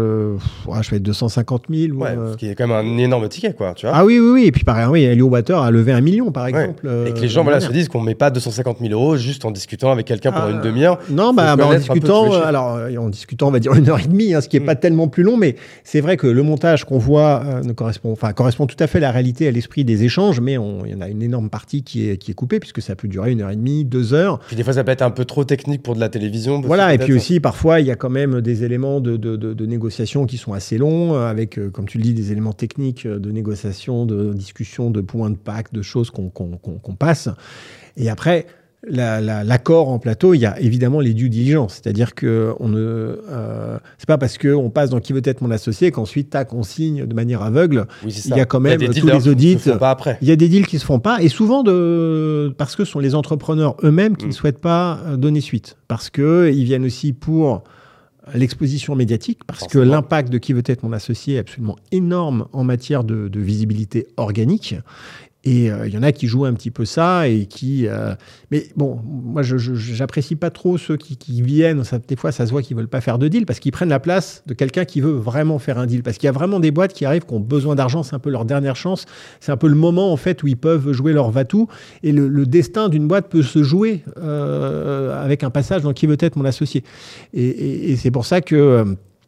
je fais 250 000. Ce qui est quand même un énorme ticket, quoi, tu vois. Ah oui. Et puis pareil, Helio Water a levé 1 million, par exemple. Et que les gens se disent qu'on ne met pas 250 000 euros juste en discutant avec quelqu'un pendant une demi-heure. Non, en discutant, on va dire 1h30, ce qui n'est pas tellement plus long, mais c'est vrai que le montage qu'on voit correspond tout à fait à la réalité, à l'esprit des échanges, mais il y en a une énorme partie qui est coupée, puisque ça peut durer 1h30, 2 heures. Puis des fois, ça peut être un peu trop technique pour de la télévision. Voilà, et puis aussi, parfois, il y a quand même des éléments de négociation qui sont assez longs, avec, comme tu le dis, des éléments techniques de négociation, de discussion, de points de pacte, de choses qu'on passe. Et après, l'accord en plateau, il y a évidemment les due diligence. C'est-à-dire que c'est pas parce qu'on passe dans Qui veut être mon associé qu'ensuite, on signe de manière aveugle. Oui, il y a quand même tous les audits. Il y a des deals qui se font pas. Et souvent, parce que ce sont les entrepreneurs eux-mêmes qui ne souhaitent pas donner suite. Parce qu'ils viennent aussi pour l'exposition médiatique, parce que l'impact de Qui veut être mon associé est absolument énorme en matière de visibilité organique. Et il y en a qui jouent un petit peu ça et qui... mais bon, moi, je n'apprécie pas trop ceux qui viennent. Des fois, ça se voit qu'ils ne veulent pas faire de deal parce qu'ils prennent la place de quelqu'un qui veut vraiment faire un deal. Parce qu'il y a vraiment des boîtes qui arrivent, qui ont besoin d'argent. C'est un peu leur dernière chance. C'est un peu le moment, en fait, où ils peuvent jouer leur va-tout. Et le destin d'une boîte peut se jouer avec un passage dans Qui veut être mon associé. Et c'est pour ça que...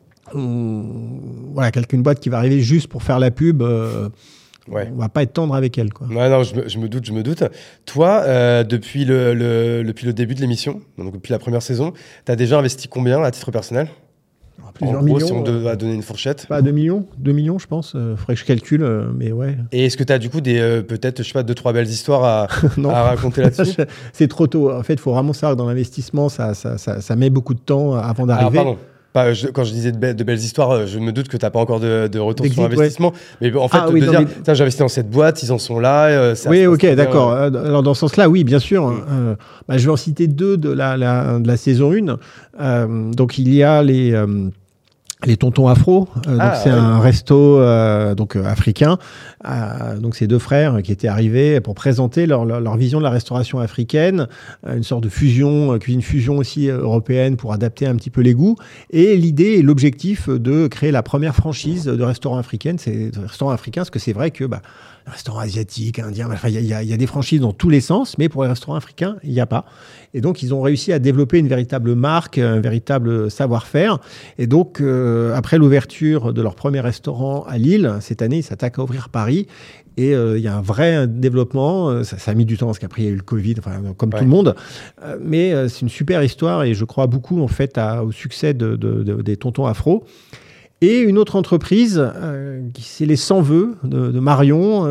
une boîte qui va arriver juste pour faire la pub... On va pas être tendre avec elle, quoi. Ouais, non, je me doute. Toi, depuis le début de l'émission, donc depuis la première saison, tu as déjà investi combien à titre personnel? Plusieurs millions. Si on doit donner une fourchette. Pas 2 millions, je pense. Faudrait que je calcule, mais ouais. Et est-ce que tu as du coup peut-être, je sais pas, 2-3 belles histoires à raconter là-dessus? C'est trop tôt. En fait, il faut vraiment savoir que dans l'investissement, ça met beaucoup de temps avant d'arriver. Alors, pardon. Quand je disais de belles histoires, je me doute que tu n'as pas encore de retour sur investissement. Mais en fait, j'ai investi dans cette boîte, ils en sont là. D'accord. Alors, dans ce sens-là, oui, bien sûr. Je vais en citer 2 de la saison 1. Donc, il y a les tontons afro, c'est un resto africain. Donc c'est deux frères qui étaient arrivés pour présenter leur vision de la restauration africaine, une sorte de fusion, cuisine fusion aussi européenne pour adapter un petit peu les goûts. Et l'idée et l'objectif de créer la première franchise de restaurants africains, parce que c'est vrai que restaurants asiatiques, indiens, il y a des franchises dans tous les sens, mais pour les restaurants africains, il n'y a pas. Et donc, ils ont réussi à développer une véritable marque, un véritable savoir-faire. Et donc, après l'ouverture de leur premier restaurant à Lille, cette année, ils s'attaquent à ouvrir Paris. Et il y a un vrai développement. Ça a mis du temps parce qu'après, il y a eu le Covid, comme tout le monde. Mais c'est une super histoire et je crois beaucoup, en fait, au succès des tontons afro. Et une autre entreprise, c'est les 100 vœux de Marion.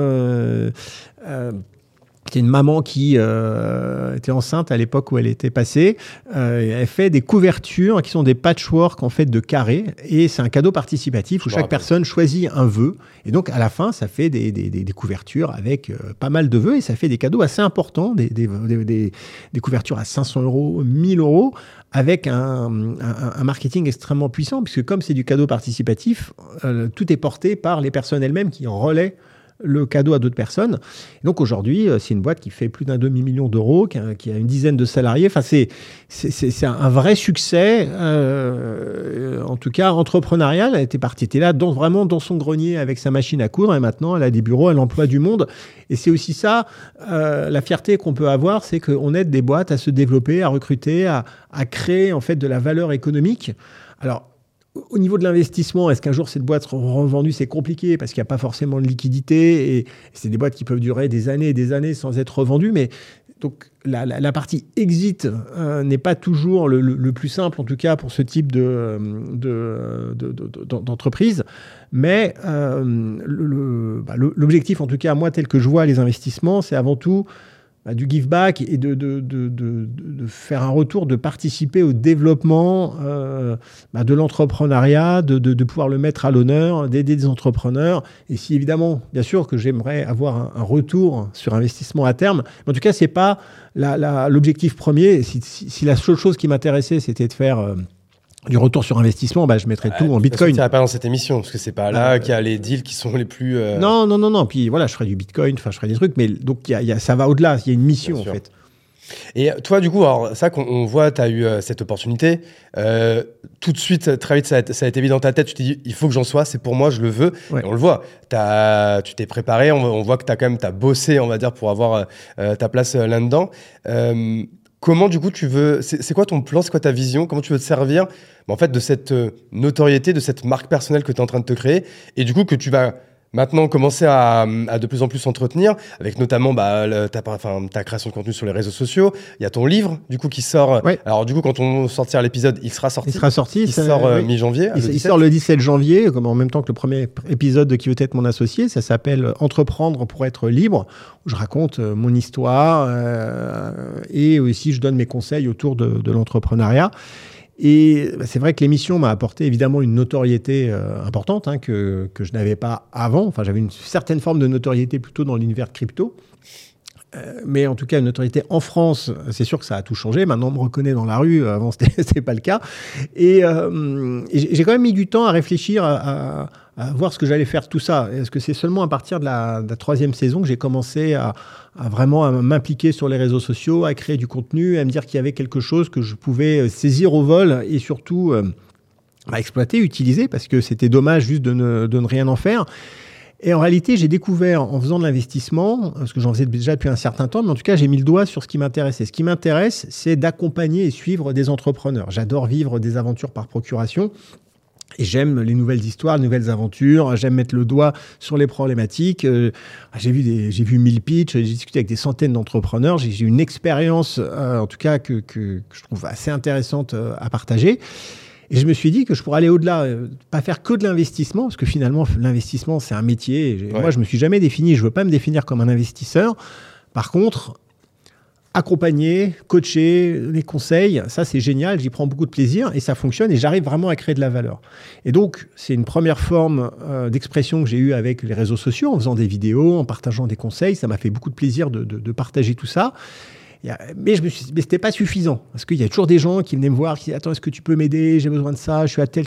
C'était une maman qui était enceinte à l'époque où elle était passée. Elle fait des couvertures qui sont des patchwork en fait de carrés. Et c'est un cadeau participatif où chaque personne choisit un vœu. Et donc à la fin, ça fait des couvertures avec pas mal de vœux. Et ça fait des cadeaux assez importants, des couvertures à 500 €, 1000 €. Avec un marketing extrêmement puissant, puisque comme c'est du cadeau participatif, tout est porté par les personnes elles-mêmes qui relaient le cadeau à d'autres personnes. Et donc aujourd'hui, c'est une boîte qui fait plus d'un demi-million d'euros, qui a une dizaine de salariés. Enfin, c'est un vrai succès, en tout cas entrepreneurial. Elle était là vraiment dans son grenier avec sa machine à coudre, et maintenant elle a des bureaux, elle emploie du monde. Et c'est aussi ça, la fierté qu'on peut avoir, c'est qu'on aide des boîtes à se développer, à recruter, à créer en fait de la valeur économique. Alors, au niveau de l'investissement, est-ce qu'un jour cette boîte sera revendue? C'est compliqué parce qu'il n'y a pas forcément de liquidité et c'est des boîtes qui peuvent durer des années et des années sans être revendues. Mais donc la partie exit n'est pas toujours le plus simple, en tout cas pour ce type d'entreprise. Mais l'objectif, en tout cas moi tel que je vois les investissements, c'est avant tout du give back et de faire un retour, de participer au développement de l'entrepreneuriat, de pouvoir le mettre à l'honneur, d'aider des entrepreneurs. Et si évidemment, bien sûr que j'aimerais avoir un retour sur investissement à terme, mais en tout cas, c'est pas l'objectif premier. Si la seule chose qui m'intéressait, c'était de faire du retour sur investissement, je mettrais tout en Bitcoin. Ça va pas dans cette émission, parce que c'est pas là qu'il y a les deals qui sont les plus... Non. Puis voilà, je ferai du Bitcoin, je ferai des trucs, mais donc ça va au-delà, il y a une mission en fait. Et toi, du coup, alors ça qu'on voit, tu as eu cette opportunité. Tout de suite, très vite, ça a été mis dans ta tête. Tu t'es dit, il faut que j'en sois, c'est pour moi, je le veux. Ouais. Et on le voit. Tu t'es préparé, on voit que t'as bossé, on va dire, pour avoir ta place là-dedans. Comment, du coup, c'est quoi ton plan, c'est quoi ta vision, comment tu veux te servir en fait, de cette notoriété, de cette marque personnelle que tu es en train de te créer et du coup que tu vas maintenant commencer à de plus en plus s'entretenir avec notamment ta création de contenu sur les réseaux sociaux. Il y a ton livre, du coup, qui sort. Ouais. Alors, du coup, quand on sortira l'épisode, il sera sorti. Il sort mi-janvier. Il sort le 17 janvier, comme en même temps que le premier épisode de Qui veut être mon associé. Ça s'appelle Entreprendre pour être libre. Où je raconte mon histoire et aussi je donne mes conseils autour de l'entrepreneuriat. Et c'est vrai que l'émission m'a apporté évidemment une notoriété importante que je n'avais pas avant. Enfin, j'avais une certaine forme de notoriété plutôt dans l'univers crypto. Mais en tout cas, une notoriété en France, c'est sûr que ça a tout changé. Maintenant, on me reconnaît dans la rue. Avant, c'était pas le cas. Et j'ai quand même mis du temps à réfléchir à voir ce que j'allais faire de tout ça. Est-ce que c'est seulement à partir de la 3e saison que j'ai commencé à vraiment m'impliquer sur les réseaux sociaux, à créer du contenu, à me dire qu'il y avait quelque chose que je pouvais saisir au vol et surtout exploiter, utiliser, parce que c'était dommage juste de ne rien en faire. Et en réalité, j'ai découvert en faisant de l'investissement, parce que j'en faisais déjà depuis un certain temps, mais en tout cas, j'ai mis le doigt sur ce qui m'intéressait. Ce qui m'intéresse, c'est d'accompagner et suivre des entrepreneurs. J'adore vivre des aventures par procuration. Et j'aime les nouvelles histoires, les nouvelles aventures. J'aime mettre le doigt sur les problématiques. J'ai vu 1000 pitchs, j'ai discuté avec des centaines d'entrepreneurs. J'ai eu une expérience, en tout cas, que je trouve assez intéressante à partager. Et je me suis dit que je pourrais aller au-delà, pas faire que de l'investissement, parce que finalement, l'investissement, c'est un métier. Moi, je me suis jamais défini, je veux pas me définir comme un investisseur. Par contre, accompagner, coacher, les conseils, ça c'est génial, j'y prends beaucoup de plaisir et ça fonctionne et j'arrive vraiment à créer de la valeur. Et donc, c'est une première forme d'expression que j'ai eue avec les réseaux sociaux, en faisant des vidéos, en partageant des conseils. Ça m'a fait beaucoup de plaisir de partager tout ça. Mais c'était pas suffisant, parce qu'il y a toujours des gens qui venaient me voir, qui disaient « Attends, est-ce que tu peux m'aider ? J'ai besoin de ça, je suis à tel... »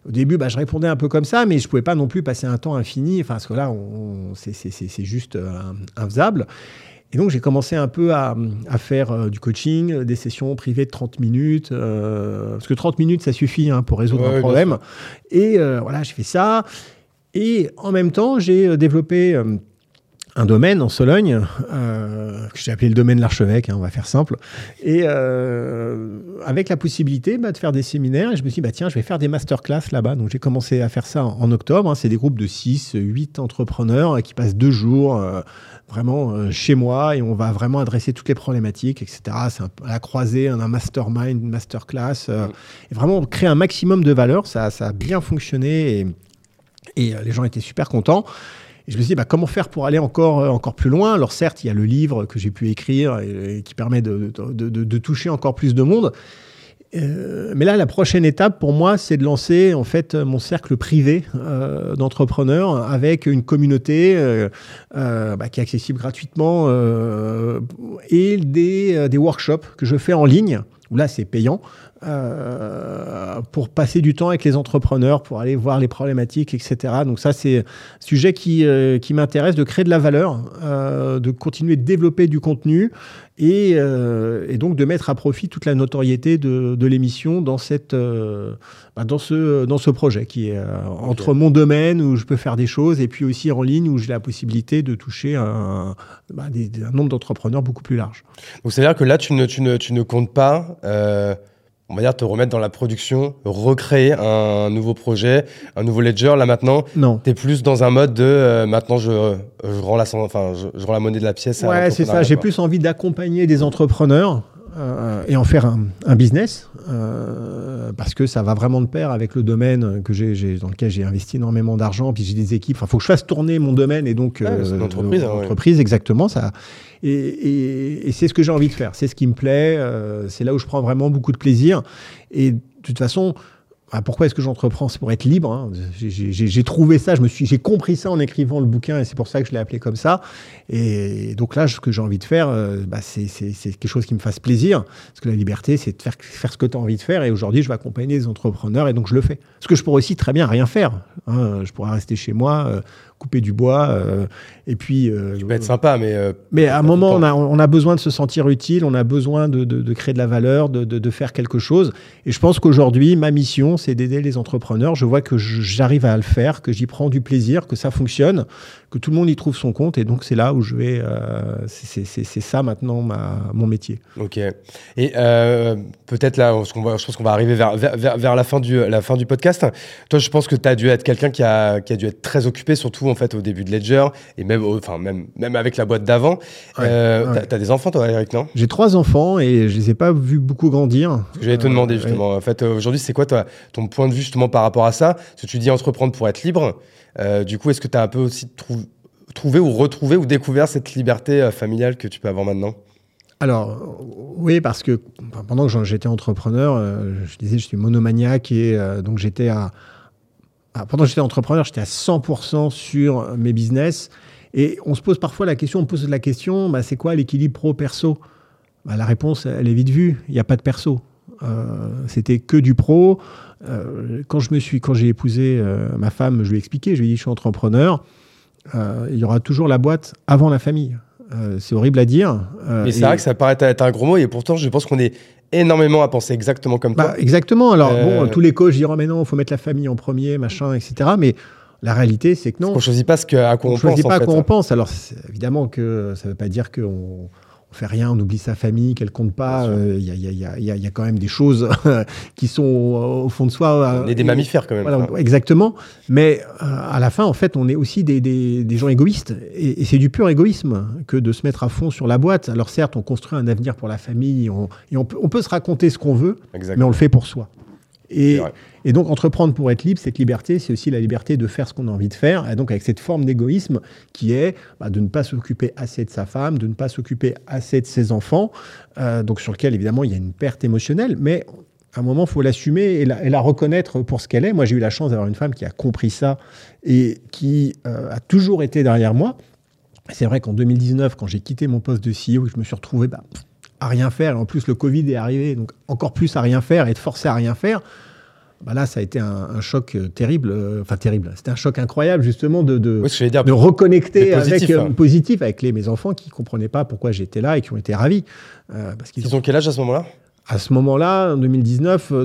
Au début, je répondais un peu comme ça, mais je ne pouvais pas non plus passer un temps infini, parce que là, c'est juste infaisable. Et donc, j'ai commencé un peu à faire du coaching, des sessions privées de 30 minutes, parce que 30 minutes, ça suffit pour résoudre un problème. Et voilà, j'ai fait ça. Et en même temps, j'ai développé un domaine en Sologne, que j'ai appelé le domaine L'Archevêque, on va faire simple, et avec la possibilité de faire des séminaires, et je me suis dit, tiens, je vais faire des masterclass là-bas. Donc j'ai commencé à faire ça en octobre, c'est des groupes de 6, 8 entrepreneurs qui passent 2 jours vraiment chez moi, et on va vraiment adresser toutes les problématiques, etc. C'est à la croisée, un mastermind, une masterclass, et vraiment créer un maximum de valeur. Ça a bien fonctionné, et les gens étaient super contents. Et je me suis dit, comment faire pour aller encore plus loin ? Alors certes, il y a le livre que j'ai pu écrire et qui permet de toucher encore plus de monde. Mais là, la prochaine étape pour moi, c'est de lancer en fait mon cercle privé d'entrepreneurs avec une communauté qui est accessible gratuitement et des workshops que je fais en ligne, où là, c'est payant. Pour passer du temps avec les entrepreneurs, pour aller voir les problématiques, etc. Donc ça, c'est un sujet qui m'intéresse, de créer de la valeur, de continuer de développer du contenu et donc de mettre à profit toute la notoriété de l'émission dans ce projet qui est entre mon domaine où je peux faire des choses et puis aussi en ligne où j'ai la possibilité de toucher un nombre d'entrepreneurs beaucoup plus large. Donc c'est-à-dire que là, tu ne comptes pas... on va dire te remettre dans la production, recréer un nouveau projet, un nouveau ledger. Là maintenant, tu es plus dans un mode de maintenant je rends la monnaie de la pièce. Ouais, c'est ça. J'ai plus envie d'accompagner des entrepreneurs et en faire un business parce que ça va vraiment de pair avec le domaine dans lequel j'ai investi énormément d'argent. Puis j'ai des équipes. Il faut que je fasse tourner mon domaine et donc c'est une entreprise. Entreprise, exactement ça. Et c'est ce que j'ai envie de faire. C'est ce qui me plaît. C'est là où je prends vraiment beaucoup de plaisir. Et de toute façon, pourquoi est-ce que j'entreprends ? C'est pour être libre. J'ai trouvé ça, j'ai compris ça en écrivant le bouquin et c'est pour ça que je l'ai appelé comme ça. Et donc là, ce que j'ai envie de faire, c'est quelque chose qui me fasse plaisir. Parce que la liberté, c'est de faire ce que tu as envie de faire. Et aujourd'hui, je vais accompagner des entrepreneurs et donc je le fais. Parce que je pourrais aussi très bien rien faire. Je pourrais rester chez moi, couper du bois et puis... ça peut être sympa, mais à un moment, on a besoin de se sentir utile, on a besoin de créer de la valeur, de faire quelque chose. Et je pense qu'aujourd'hui, ma mission, c'est d'aider les entrepreneurs. Je vois que j'arrive à le faire, que j'y prends du plaisir, que ça fonctionne, que tout le monde y trouve son compte. Et donc, c'est là où je vais... c'est ça maintenant mon métier. Ok. Et peut-être là, je pense qu'on va arriver vers la fin du podcast. Toi, je pense que tu as dû être quelqu'un qui a dû être très occupé, surtout en fait au début de Ledger et même avec la boîte d'avant. T'as des enfants toi, Eric, non ? J'ai 3 enfants et je les ai pas vus beaucoup grandir. Ce que j'allais te demander justement. Ouais. En fait, aujourd'hui, c'est quoi ton point de vue justement par rapport à ça ? Parce que tu dis entreprendre pour être libre. Du coup, est-ce que tu as un peu aussi trouvé ou retrouvé ou découvert cette liberté familiale que tu peux avoir maintenant ? Alors, oui, parce que pendant que j'étais entrepreneur, je disais, je suis monomaniaque et donc pendant que j'étais entrepreneur, j'étais à 100% sur mes business. Et on se pose parfois la question, c'est quoi l'équilibre pro-perso ? La réponse, elle est vite vue. Il n'y a pas de perso. C'était que du pro. Quand j'ai épousé ma femme, je lui ai expliqué, je lui ai dit, je suis entrepreneur. Il y aura toujours la boîte avant la famille. C'est horrible à dire. Mais c'est vrai que ça paraît être un gros mot et pourtant, je pense qu'on est énormément à penser exactement comme toi. Exactement. Alors, tous les coachs diront, mais non, il faut mettre la famille en premier, machin, etc. Mais la réalité, c'est que non. On ne choisit pas à quoi on pense. On ne choisit pas à quoi on pense. Alors, évidemment que ça ne veut pas dire qu'on ne fait rien, on oublie sa famille, qu'elle ne compte pas. Il y a quand même des choses qui sont au fond de soi. On est des mammifères quand même. Voilà, exactement. Mais à la fin, en fait, on est aussi des gens égoïstes. Et c'est du pur égoïsme que de se mettre à fond sur la boîte. Alors certes, on construit un avenir pour la famille. On peut se raconter ce qu'on veut, mais on le fait pour soi. Et donc, entreprendre pour être libre, cette liberté, c'est aussi la liberté de faire ce qu'on a envie de faire. Et donc, avec cette forme d'égoïsme qui est de ne pas s'occuper assez de sa femme, de ne pas s'occuper assez de ses enfants, donc sur lequel, évidemment, il y a une perte émotionnelle. Mais à un moment, il faut l'assumer et la reconnaître pour ce qu'elle est. Moi, j'ai eu la chance d'avoir une femme qui a compris ça et qui a toujours été derrière moi. C'est vrai qu'en 2019, quand j'ai quitté mon poste de CEO, je me suis retrouvé à rien faire. Et en plus, le Covid est arrivé, donc encore plus à rien faire et être forcé à rien faire. là, ça a été un choc terrible. Terrible. C'était un choc incroyable, justement, de reconnecter positif avec mes enfants qui ne comprenaient pas pourquoi j'étais là et qui ont été ravis. Ils ont quel âge à ce moment-là ? À ce moment-là, en 2019,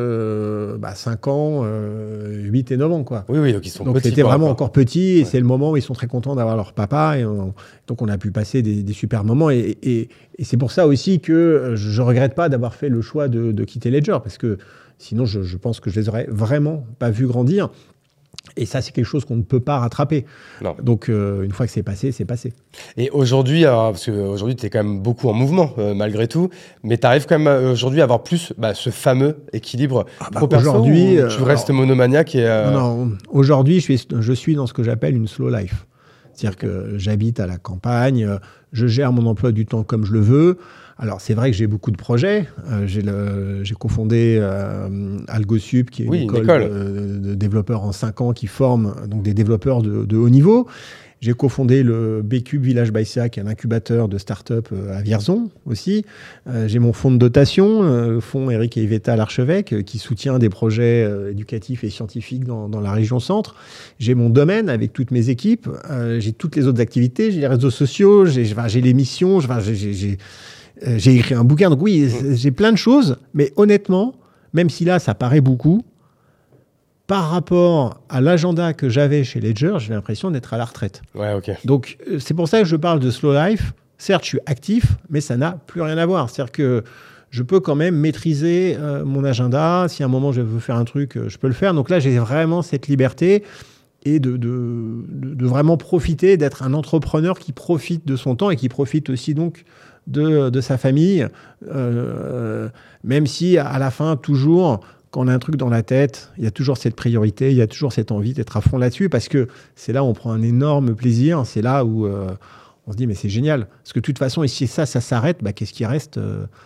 5 ans, 8 et 9 ans, quoi. Oui, donc ils sont petits. Donc c'était vraiment encore petit, et c'est le moment où ils sont très contents d'avoir leur papa, et donc on a pu passer des super moments, et c'est pour ça aussi que je regrette pas d'avoir fait le choix de quitter Ledger, parce que sinon je pense que je les aurais vraiment pas vus grandir. Et ça, c'est quelque chose qu'on ne peut pas rattraper. Non. Donc, une fois que c'est passé, c'est passé. Et aujourd'hui, parce qu'aujourd'hui, tu es quand même beaucoup en mouvement, malgré tout, mais tu arrives quand même aujourd'hui à avoir plus ce fameux équilibre pro-perso, aujourd'hui, tu restes monomaniaque Non, aujourd'hui, je suis dans ce que j'appelle une slow life. C'est-à-dire que j'habite à la campagne, je gère mon emploi du temps comme je le veux. Alors, c'est vrai que j'ai beaucoup de projets. J'ai cofondé AlgoSup, qui est une école de développeurs en 5 ans qui forme donc des développeurs de haut niveau. J'ai cofondé le B-Cube Village by CA, qui est un incubateur de start-up à Vierzon aussi. J'ai mon fonds de dotation, le fonds Eric et Yvetta l'Archevêque, qui soutient des projets éducatifs et scientifiques dans la région centre. J'ai mon domaine avec toutes mes équipes. J'ai toutes les autres activités. J'ai les réseaux sociaux, j'ai les missions, j'ai écrit un bouquin. Donc oui, j'ai plein de choses. Mais honnêtement, même si là, ça paraît beaucoup, par rapport à l'agenda que j'avais chez Ledger, j'ai l'impression d'être à la retraite. Ouais, ok. Donc, c'est pour ça que je parle de slow life. Certes, je suis actif, mais ça n'a plus rien à voir. C'est-à-dire que je peux quand même maîtriser mon agenda. Si à un moment, je veux faire un truc, je peux le faire. Donc là, j'ai vraiment cette liberté et de vraiment profiter, d'être un entrepreneur qui profite de son temps et qui profite aussi donc de sa famille. Même si, à la fin, toujours... Quand on a un truc dans la tête, il y a toujours cette priorité, il y a toujours cette envie d'être à fond là-dessus, parce que c'est là où on prend un énorme plaisir, c'est là où on se dit mais c'est génial. Parce que de toute façon, et si ça s'arrête, qu'est-ce qui reste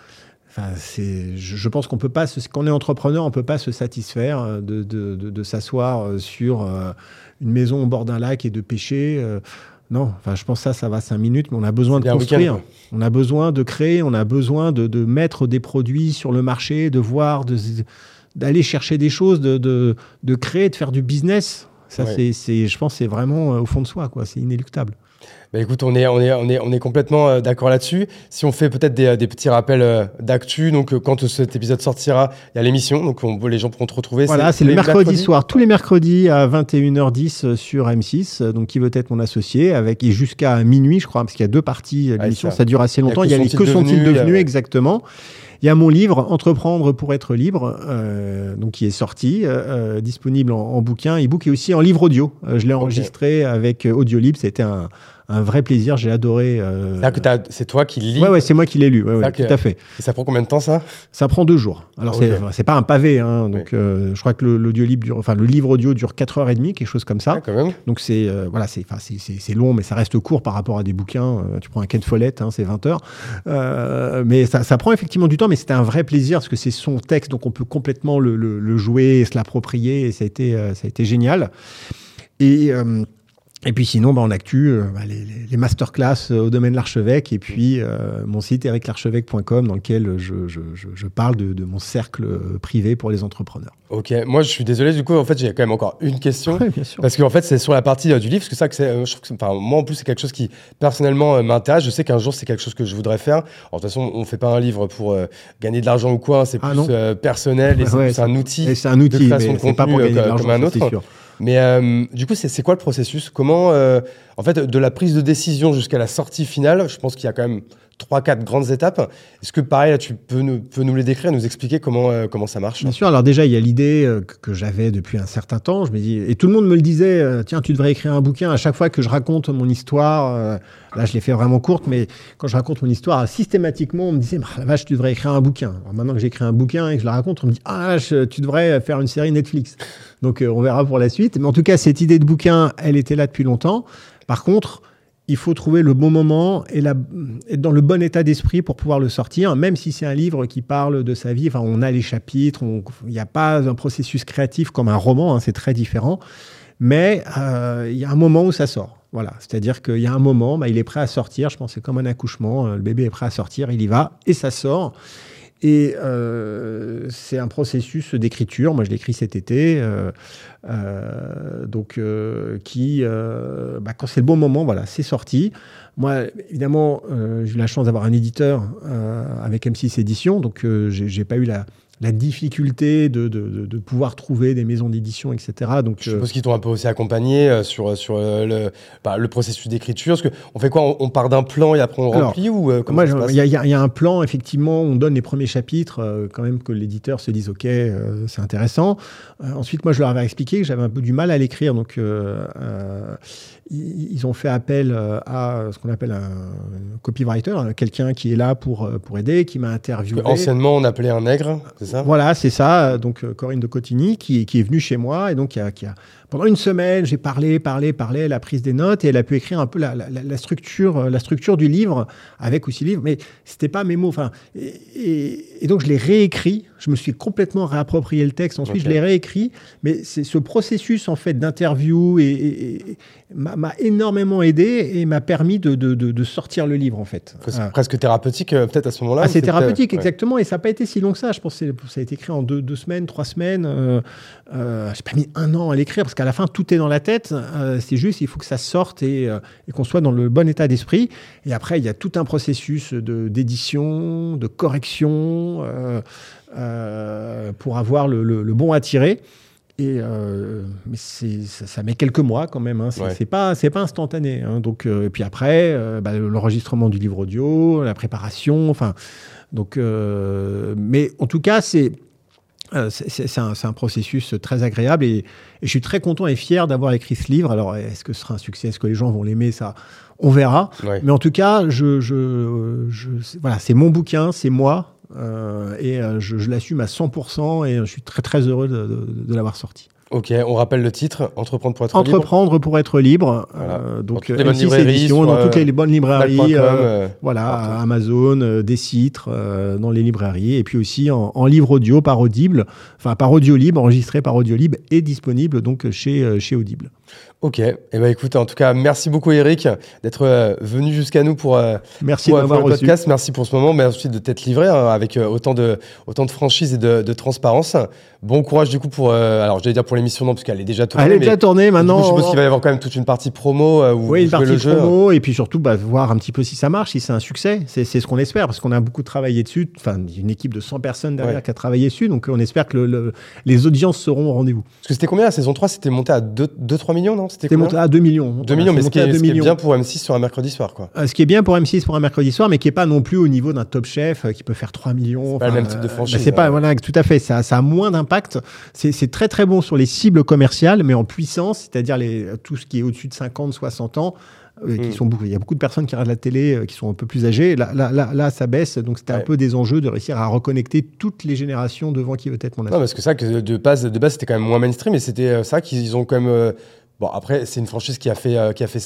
je pense qu'on peut pas, quand on est entrepreneur, on peut pas se satisfaire de s'asseoir sur une maison au bord d'un lac et de pêcher. Non, je pense que ça va 5 minutes, mais on a besoin de construire. On a besoin de créer, on a besoin de mettre des produits sur le marché, de voir... d'aller chercher des choses, de créer, de faire du business. Ça, je pense que c'est vraiment au fond de soi, quoi. C'est inéluctable. Écoute, on est complètement d'accord là-dessus. Si on fait peut-être des petits rappels d'actu, donc quand cet épisode sortira, il y a l'émission, donc les gens pourront te retrouver. Voilà, c'est le mercredi soir, tous les mercredis à 21h10 sur M6. Donc, qui veut être mon associé, et jusqu'à minuit, je crois, parce qu'il y a 2 parties de l'émission. Ça dure assez longtemps. Il y a les Que sont-ils devenus exactement. Il y a mon livre « Entreprendre pour être libre », donc qui est sorti, disponible en bouquin, e-book et aussi en livre audio. Je l'ai enregistré avec Audiolib. C'était un vrai plaisir. J'ai adoré. C'est toi qui lis ? Ouais, c'est moi qui l'ai lu. Ouais, tout à fait. Et ça prend combien de temps, ça ? Ça prend 2 jours. Alors, c'est pas un pavé. Donc, je crois que le livre audio dure 4h30, quelque chose comme ça. Quand même. Donc, c'est long, mais ça reste court par rapport à des bouquins. Tu prends un Ken Follett, c'est 20 heures. Mais ça prend effectivement du temps, mais c'était un vrai plaisir parce que c'est son texte, donc on peut complètement le jouer et se l'approprier. Et ça a été génial. Et puis sinon, en actu, les masterclass au domaine de l'archevêque et puis mon site ericlarchevêque.com dans lequel je parle de mon cercle privé pour les entrepreneurs. Ok, moi je suis désolé, du coup, en fait, j'ai quand même encore une question. Oui, bien sûr. Parce qu'en fait, c'est sur la partie du livre, parce que je trouve que moi en plus, c'est quelque chose qui personnellement m'intéresse. Je sais qu'un jour, c'est quelque chose que je voudrais faire. Alors, de toute façon, on ne fait pas un livre pour gagner de l'argent ou quoi, c'est plus personnel et c'est un outil de création de contenu pas pour gagner de l'argent, comme un autre. C'est sûr. Mais du coup, c'est quoi le processus ? Comment, en fait, de la prise de décision jusqu'à la sortie finale, je pense qu'il y a quand même 3-4 grandes étapes. Est-ce que, pareil, là, tu peux nous les décrire, nous expliquer comment ça marche ? Bien sûr. Alors déjà, il y a l'idée que j'avais depuis un certain temps. Je me dis, et tout le monde me le disait, tiens, tu devrais écrire un bouquin. À chaque fois que je raconte mon histoire, là, je l'ai fait vraiment courte, mais quand je raconte mon histoire, systématiquement, on me disait, la vache, tu devrais écrire un bouquin. Alors maintenant que j'ai écrit un bouquin et que je la raconte, on me dit, tu devrais faire une série Netflix. Donc, on verra pour la suite. Mais en tout cas, cette idée de bouquin, elle était là depuis longtemps. Par contre, il faut trouver le bon moment et être dans le bon état d'esprit pour pouvoir le sortir, même si c'est un livre qui parle de sa vie. Enfin, on a les chapitres, il n'y a pas un processus créatif comme un roman, c'est très différent. Mais il y a un moment où ça sort. Voilà, c'est-à-dire qu'il y a un moment, il est prêt à sortir. Je pense que c'est comme un accouchement. Le bébé est prêt à sortir, il y va et ça sort. Et c'est un processus d'écriture. Moi, je l'ai écrit cet été. Quand c'est le bon moment, voilà, c'est sorti. Moi, évidemment, j'ai eu la chance d'avoir un éditeur avec M6 Éditions. Donc, j'ai pas eu la difficulté de pouvoir trouver des maisons d'édition, etc. Donc, je suppose qu'ils t'ont un peu aussi accompagné sur le processus d'écriture. Parce qu'on fait quoi? On part d'un plan et après on remplit ou moi, il y a un plan, effectivement, on donne les premiers chapitres, quand même que l'éditeur se dise « Ok, c'est intéressant ». Ensuite, moi, je leur avais expliqué que j'avais un peu du mal à l'écrire. Donc, ils ont fait appel à ce qu'on appelle un copywriter, quelqu'un qui est là pour aider, qui m'a interviewé. Anciennement, on appelait un nègre, c'est ça? Voilà, c'est ça. Donc, Corinne de Cotigny, qui est venue chez moi. Et donc, pendant une semaine, j'ai parlé, elle a pris des notes et elle a pu écrire un peu la structure du livre, avec aussi le livre. Mais c'était pas mes mots. Enfin, et donc, je l'ai réécrit. Je me suis complètement réapproprié le texte. Ensuite, je l'ai réécrit. Mais c'est ce processus, en fait, d'interview et m'a énormément aidé et m'a permis de sortir le livre, en fait. C'est presque thérapeutique, peut-être, à ce moment-là. C'est thérapeutique, exactement. Et ça n'a pas été si long que ça. Je pense que ça a été écrit en 2 semaines, 3 semaines. J'ai pas mis 1 an à l'écrire parce qu'à la fin, tout est dans la tête. C'est juste, il faut que ça sorte et qu'on soit dans le bon état d'esprit. Et après, il y a tout un processus d'édition, de correction pour avoir le bon à tirer. Mais ça met quelques mois quand même. Hein. C'est pas instantané. Hein. Donc, et puis après, l'enregistrement du livre audio, la préparation. Enfin, donc, mais en tout cas, c'est un processus très agréable et je suis très content et fier d'avoir écrit ce livre. Alors, est-ce que ce sera un succès? Est-ce que les gens vont l'aimer? Ça, on verra. Ouais. Mais en tout cas, voilà, c'est mon bouquin, c'est moi. Je l'assume à 100% et je suis très très heureux de l'avoir sorti. Ok, on rappelle le titre, Entreprendre pour être libre. Entreprendre pour être libre. Voilà. Donc, dans toutes les bonnes librairies, dans toutes les bonnes librairies, voilà, Amazon, des titres, dans les librairies, et puis aussi en livre audio par Audible, enfin par Audiolib, enregistré par Audiolib et disponible donc chez Audible. Ok, et écoute, en tout cas, merci beaucoup Eric d'être venu jusqu'à nous pour merci d'avoir le podcast. Reçu. Merci pour ce moment, mais ensuite de t'être livré avec autant de franchise et de transparence. Bon courage du coup pour, alors je vais dire pour l'émission, non, parce qu'elle est déjà tournée. Elle est déjà tournée maintenant. Je suppose qu'il va y avoir quand même toute une partie promo où oui, une partie le jeu. Promo, et puis surtout voir un petit peu si ça marche, si c'est un succès. C'est ce qu'on espère, parce qu'on a beaucoup travaillé dessus. Enfin, une équipe de 100 personnes derrière qui a travaillé dessus, donc on espère que les audiences seront au rendez-vous. Parce que c'était combien la saison 3? C'était monté à 2-3 millions, non? C'était monté à 2 millions. 2 millions, mais ce qui est bien pour M6 sur un mercredi soir, quoi. Ce qui est bien pour M6 pour un mercredi soir, mais qui n'est pas non plus au niveau d'un Top Chef qui peut faire 3 millions. C'est pas le même type de franchise. C'est pas, voilà, tout à fait. Ça a moins d'impact. C'est très très bon sur les cibles commerciales, mais en puissance, c'est-à-dire tout ce qui est au-dessus de 50, 60 ans. Il y a beaucoup de personnes qui regardent la télé qui sont un peu plus âgées. Là, ça baisse. Donc, c'était un peu des enjeux de réussir à reconnecter toutes les générations devant qui veut être mon associé. Non, parce que ça, que de base, c'était quand même moins mainstream. Et c'était ça qu'ils ont quand même... Bon, après, c'est une franchise qui a fait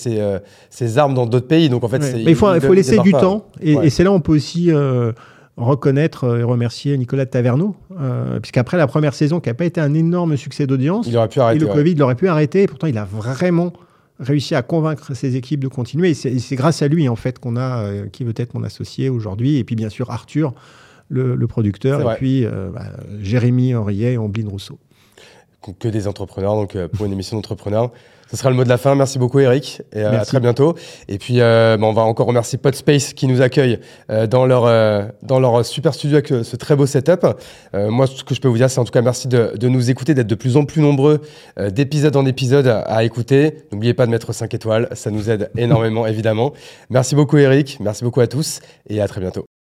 ses armes dans d'autres pays. Donc, en fait, mais il faut laisser du temps. Et c'est là où on peut aussi... reconnaître et remercier Nicolas de Taverneau, puisqu'après la première saison qui n'a pas été un énorme succès d'audience, il aurait pu arrêter, et le Covid l'aurait pu arrêter, et pourtant il a vraiment réussi à convaincre ses équipes de continuer, et c'est grâce à lui en fait qu'on a qui veut être mon associé aujourd'hui, et puis bien sûr Arthur, le producteur, et puis Jérémy Henriet et Ambline Rousseau. Que des entrepreneurs, donc pour une émission d'entrepreneurs. Ce sera le mot de la fin. Merci beaucoup Eric et à très bientôt. Et puis on va encore remercier Podspace qui nous accueille dans leur super studio avec ce très beau setup. Moi, ce que je peux vous dire, c'est en tout cas merci de nous écouter, d'être de plus en plus nombreux d'épisode en épisode à écouter. N'oubliez pas de mettre 5 étoiles, ça nous aide énormément évidemment. Merci beaucoup Eric, merci beaucoup à tous et à très bientôt.